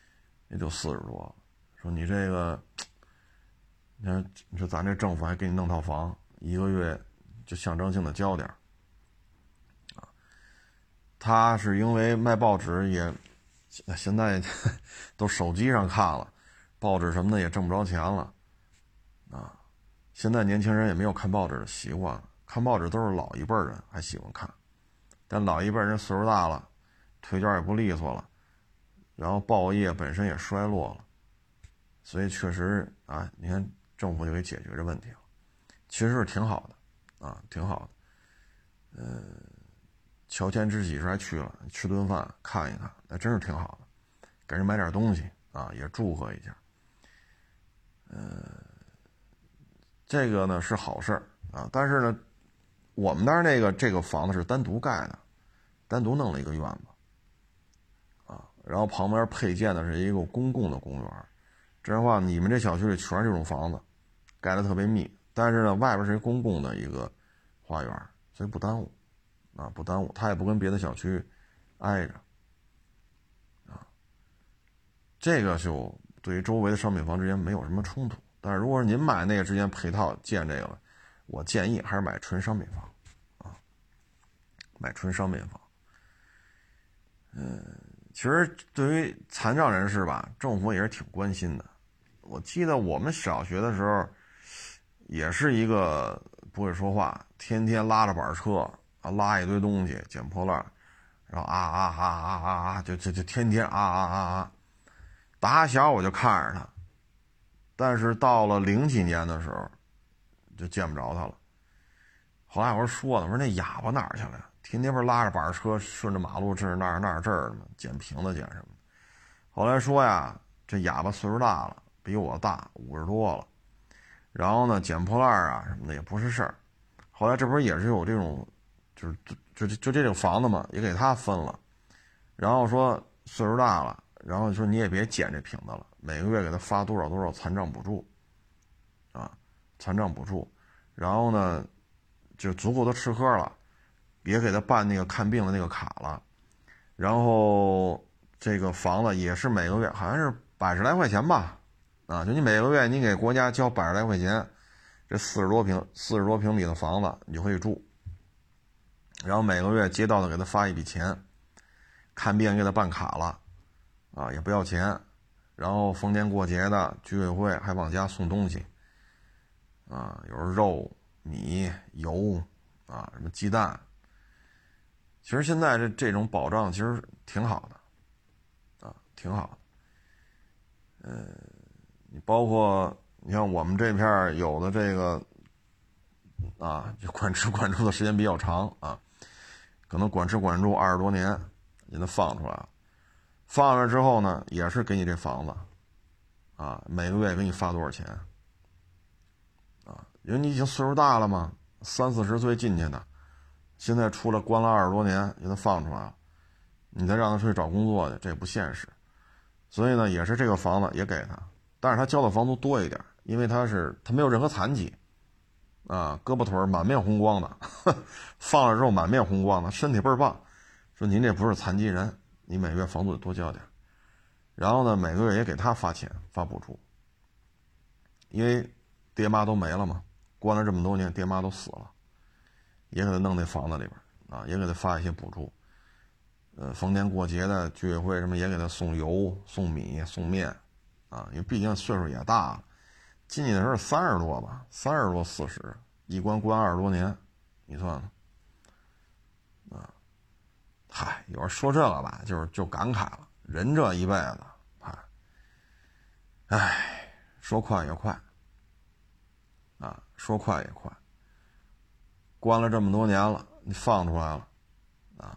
也就四十多了。说你这个，你看，你说咱这政府还给你弄套房，一个月就象征性的交点啊。他是因为卖报纸也，现在都手机上看了，报纸什么的也挣不着钱了啊。现在年轻人也没有看报纸的习惯，看报纸都是老一辈人还喜欢看，但老一辈人岁数大了，腿脚也不利索了，然后报业本身也衰落了，所以确实啊，你看政府就给解决这问题了，其实是挺好的啊，挺好的。呃，乔迁之喜时还去了吃顿饭看一看，那真是挺好的，给人买点东西啊，也祝贺一下。呃，这个呢是好事啊，但是呢，我们那儿那个这个房子是单独盖的，单独弄了一个院子啊，然后旁边配建的是一个公共的公园。这样的话，你们这小区里全是这种房子，盖得特别密，但是呢，外边是一公共的一个花园，所以不耽误啊，不耽误，它也不跟别的小区挨着啊，这个就对于周围的商品房之间没有什么冲突。但是如果是您买那个之间配套建这个了，我建议还是买纯商品房啊，买纯商品房。嗯，其实对于残障人士吧，政府也是挺关心的。我记得我们小学的时候，也是一个不会说话，天天拉着板车啊，拉一堆东西，捡破烂，然后啊啊啊啊啊啊，就就就天天啊啊啊啊。打小我就看着他，但是到了零几年的时候，就见不着他了。后来我说呢，我说那哑巴哪儿去了？天天不是拉着板车顺着马路这儿那儿那儿这儿的吗？捡瓶子捡什么的。后来说呀，这哑巴岁数大了，比我大五十多了，然后呢捡破烂啊什么的也不是事儿。后来这不是也是有这种，就是就就就这种房子嘛，也给他分了。然后说岁数大了，然后说你也别捡这瓶子了，每个月给他发多少多少残障补助，啊，残障补助，然后呢就足够他吃喝了，也给他办那个看病的那个卡了，然后这个房子也是每个月好像是百十来块钱吧，啊，就你每个月你给国家交百十来块钱，这四十多平四十多平米的房子你就可以住，然后每个月街道的给他发一笔钱，看病给他办卡了，啊，也不要钱，然后逢年过节的居委会还往家送东西，啊，有肉、米、油，啊，什么鸡蛋。其实现在这这种保障其实挺好的，啊，挺好的。呃，你包括你像我们这片有的这个，啊，就管吃管住的时间比较长啊，可能管吃管住二十多年，给它放出来了。放出来之后呢，也是给你这房子，啊，每个月给你发多少钱，啊，因为你已经岁数大了嘛，三四十岁进去的。现在出来关了二十多年，给他放出来了，你再让他出去找工作去，这也不现实。所以呢，也是这个房子也给他，但是他交的房租多一点，因为他是他没有任何残疾，啊，胳膊腿满面红光的，放了之后满面红光的，身体倍儿棒。说您这不是残疾人，你每月房租得多交点。然后呢，每个月也给他发钱发补助，因为爹妈都没了嘛，关了这么多年，爹妈都死了。也给他弄那房子里边啊，也给他发一些补助。呃，逢年过节的居委会什么也给他送油、送米、送面，啊，因为毕竟岁数也大了，进去的时候三十多吧，三十多四十，一关关二十多年，你算算，啊，嗨，有人说这个吧，就是就感慨了，人这一辈子，哎，哎，说快也快，啊，说快也快。关了这么多年了，你放出来了，啊，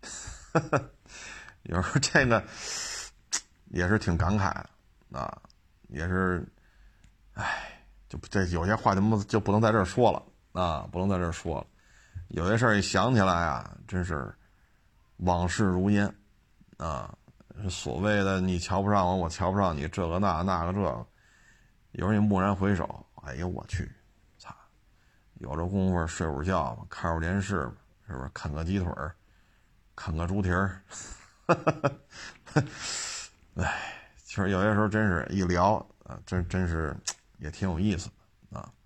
有时候这个也是挺感慨的，啊，也是，哎，就这有些话就不就不能在这儿说了，啊，不能在这儿说了，有些事儿一想起来啊，真是往事如烟，啊，所谓的你瞧不上我，我瞧不上你，这个那那个这个，有时候你蓦然回首，哎呦我去。有这功夫睡会儿觉吧，看会儿电视吧，是不是？啃个鸡腿儿，啃个猪蹄儿，哎， 其实有些时候真是一聊啊，真真是也挺有意思的啊。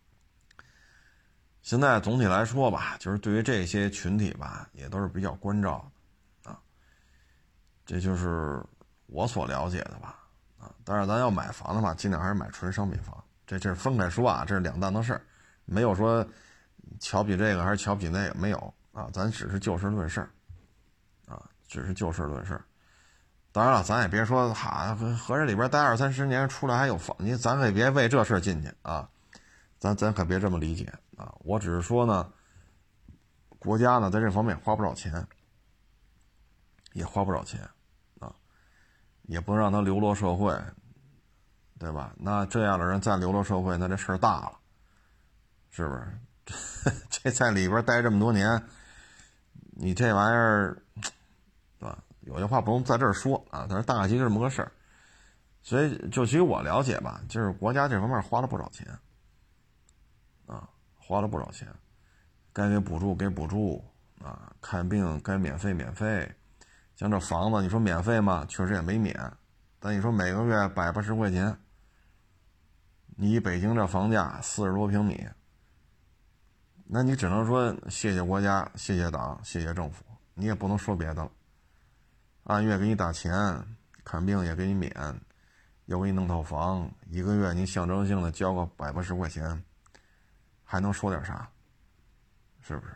现在总体来说吧，就是对于这些群体吧，也都是比较关照的啊。这就是我所了解的吧啊。但是咱要买房的话，尽量还是买纯商品房，这这是分开说啊，这是两档子事儿，没有说瞧不起这个还是瞧不起那个，没有啊，咱只是就事论事啊，只是就事论事。当然了，咱也别说哈和这里边待二三十年出来还有房，你咱可别为这事进去啊，咱咱可别这么理解啊。我只是说呢，国家呢在这方面花不少钱，也花不少钱啊，也不能让他流落社会，对吧？那这样的人再流落社会，那这事儿大了，是不是？这在里边待这么多年，你这玩意儿，对吧？有些话不能在这儿说啊，但是大概其就这么个事儿。所以就据我了解吧，就是国家这方面花了不少钱啊，花了不少钱，该给补助给补助啊，看病该免费免费。像这房子，你说免费吗？确实也没免，但你说每个月百八十块钱，你北京这房价四十多平米，那你只能说谢谢国家，谢谢党，谢谢政府，你也不能说别的了。按月给你打钱，看病也给你免，又给你弄套房，一个月你象征性的交个百八十块钱，还能说点啥？是不是？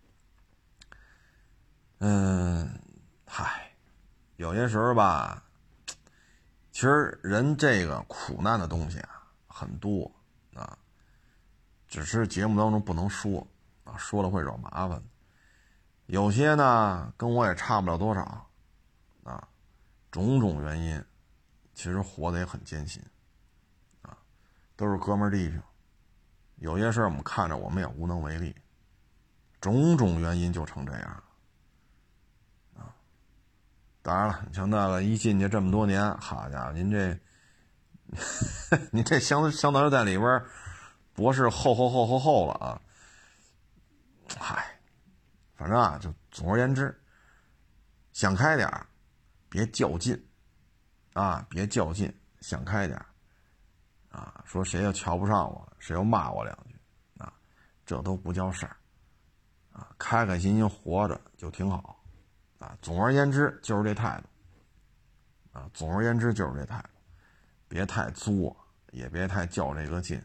嗯，嗨，有些时候吧，其实人这个苦难的东西啊很多啊，只是节目当中不能说啊，说了会惹麻烦。有些呢跟我也差不了多少啊，种种原因，其实活得也很艰辛啊，都是哥们儿弟兄。有些事儿我们看着我们也无能为力，种种原因就成这样啊。当然了，你像那个一进去这么多年，好家伙，您这您这相相当于在里边博士厚厚厚厚厚了啊。嗨，反正啊，就总而言之，想开点儿，别较劲啊，别较劲，想开点儿啊。说谁要瞧不上我，谁要骂我两句啊，这都不叫事儿啊。开开心心活着就挺好啊。总而言之就是这态度啊，总而言之就是这态度，别太作，也别太较这个劲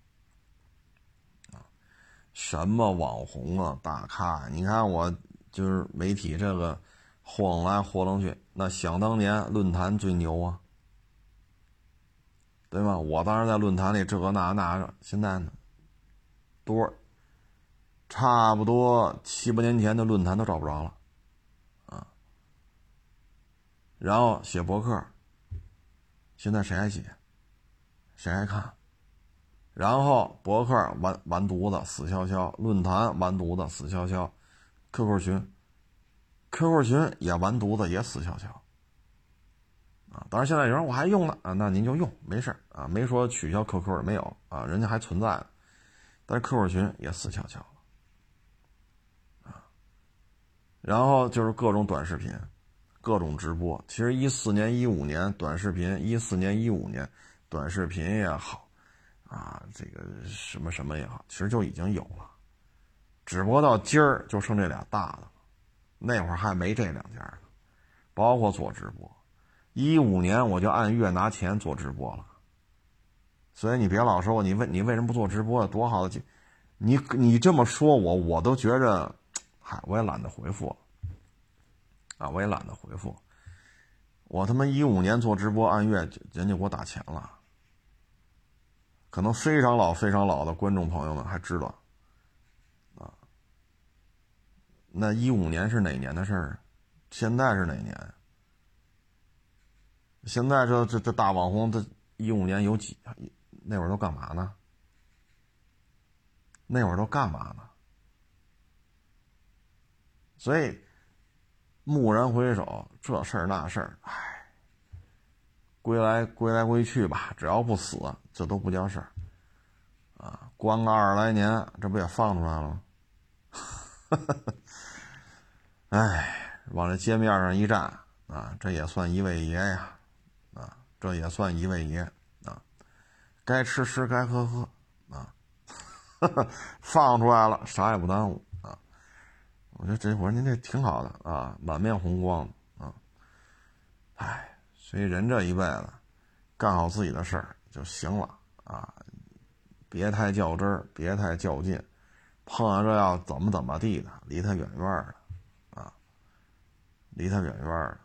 啊。什么网红啊，大咖，你看我就是媒体这个豁楞来豁楞去，那想当年论坛最牛啊，对吧？我当时在论坛里这个那那个，现在呢，多差不多七八年前的论坛都找不着了啊。然后写博客，现在谁还写？谁还看？然后博客完完犊子死翘翘，论坛完犊子死翘翘 ，Q Q 群 ，Q Q 群也完犊子也死翘翘啊！当然现在有人我还用呢啊，那您就用没事啊，没说取消 Q Q 也没有啊，人家还存在，但是 Q Q 群也死翘翘啊。然后就是各种短视频，各种直播。其实一四年、一五年短视频，一四年、一五年短视频也好。啊，这个什么什么也好，其实就已经有了，只不过到今儿就剩这俩大的了，那会儿还没这两家呢。包括做直播，一五年我就按月拿钱做直播了，所以你别老说我，你为你为什么不做直播？多好的，你你这么说我，我都觉着，嗨，我也懒得回复了，啊，我也懒得回复，我他妈一五年做直播按月，人家给我打钱了。可能非常老非常老的观众朋友们还知道啊，那一五年是哪年的事儿？现在是哪年？现在这这这大网红，这一五年有几？那会儿都干嘛呢？那会儿都干嘛呢？所以蓦然回首，这事儿那事儿，唉，归来归来归去吧，只要不死，这都不叫事儿啊。关个二十来年，这不也放出来了吗？唉，往这街面上一站啊，这也算一位爷呀，啊， 这也算一位爷啊，该吃吃该喝喝啊，放出来了啥也不耽误啊。我觉得这我说您这挺好的啊，满面红光啊。哎，所以人这一辈子干好自己的事儿就行了啊，别太较真儿，别太较劲，碰上这要怎么怎么地的，离他远远的啊，离他远远的。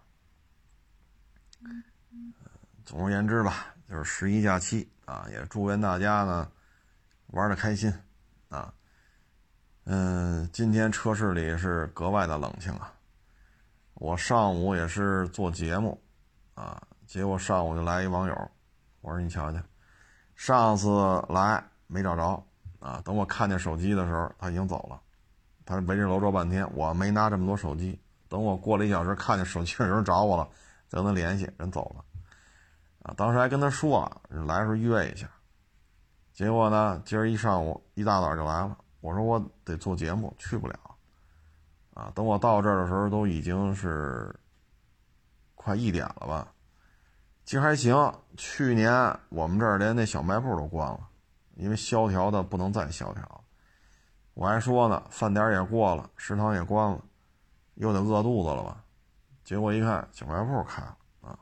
总而言之吧，就是十一假期啊，也祝愿大家呢玩得开心啊。嗯，今天车市里是格外的冷清啊。我上午也是做节目啊，结果上午就来一网友，我说你瞧瞧，上次来没找着啊，等我看见手机的时候他已经走了，他围着楼找半天，我没拿这么多手机，等我过了一小时看见手机的人找我了，再跟他联系，人走了啊。当时还跟他说了来的时候约一下，结果呢今儿一上午一大早就来了，我说我得做节目去不了啊，等我到这儿的时候都已经是快一点了吧。其实还行，去年我们这儿连那小卖部都关了，因为萧条的不能再萧条。我还说呢，饭点也过了，食堂也关了，又得饿肚子了吧。结果一看小卖部开了啊，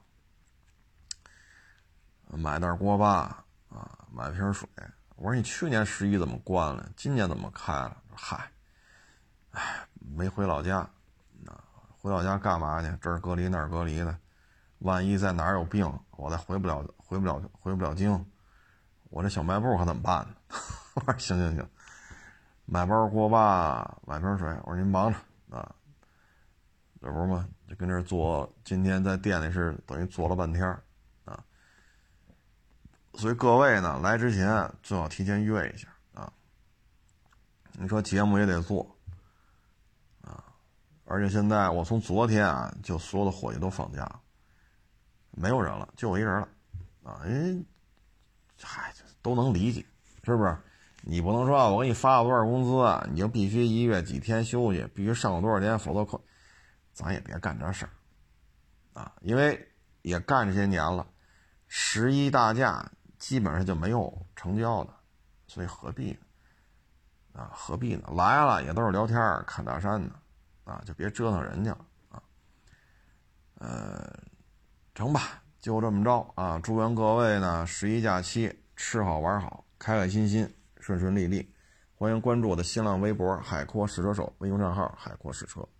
买袋锅巴啊，买瓶水。我说你去年十一怎么关了，今年怎么开了？嗨，哎，没回老家啊，回老家干嘛去？这儿隔离那儿隔离的，万一在哪儿有病，我再回不了回不了回不了京，我这小卖部可怎么办呢？我说行行行，买包锅巴，买瓶水。我说您忙着啊，这不是吗？就跟这儿做，今天在店里是等于做了半天啊。所以各位呢，来之前最好提前约一下啊。你说节目也得做啊，而且现在我从昨天啊，就所有的伙计都放假了，没有人了，就我一人了啊。因为嗨，都能理解，是不是？你不能说我给你发了多少工资啊，你就必须一月几天休息，必须上过多少天，否则扣。咱也别干这事儿啊，因为也干这些年了，十一大假基本上就没有成交的，所以何必呢？啊，何必呢？来了也都是聊天看大山的啊，就别折腾人家了啊。呃，成吧，就这么着啊！祝愿各位呢十一假期吃好玩好，开开心心，顺顺利利。欢迎关注我的新浪微博海阔试车手微信账号海阔试车。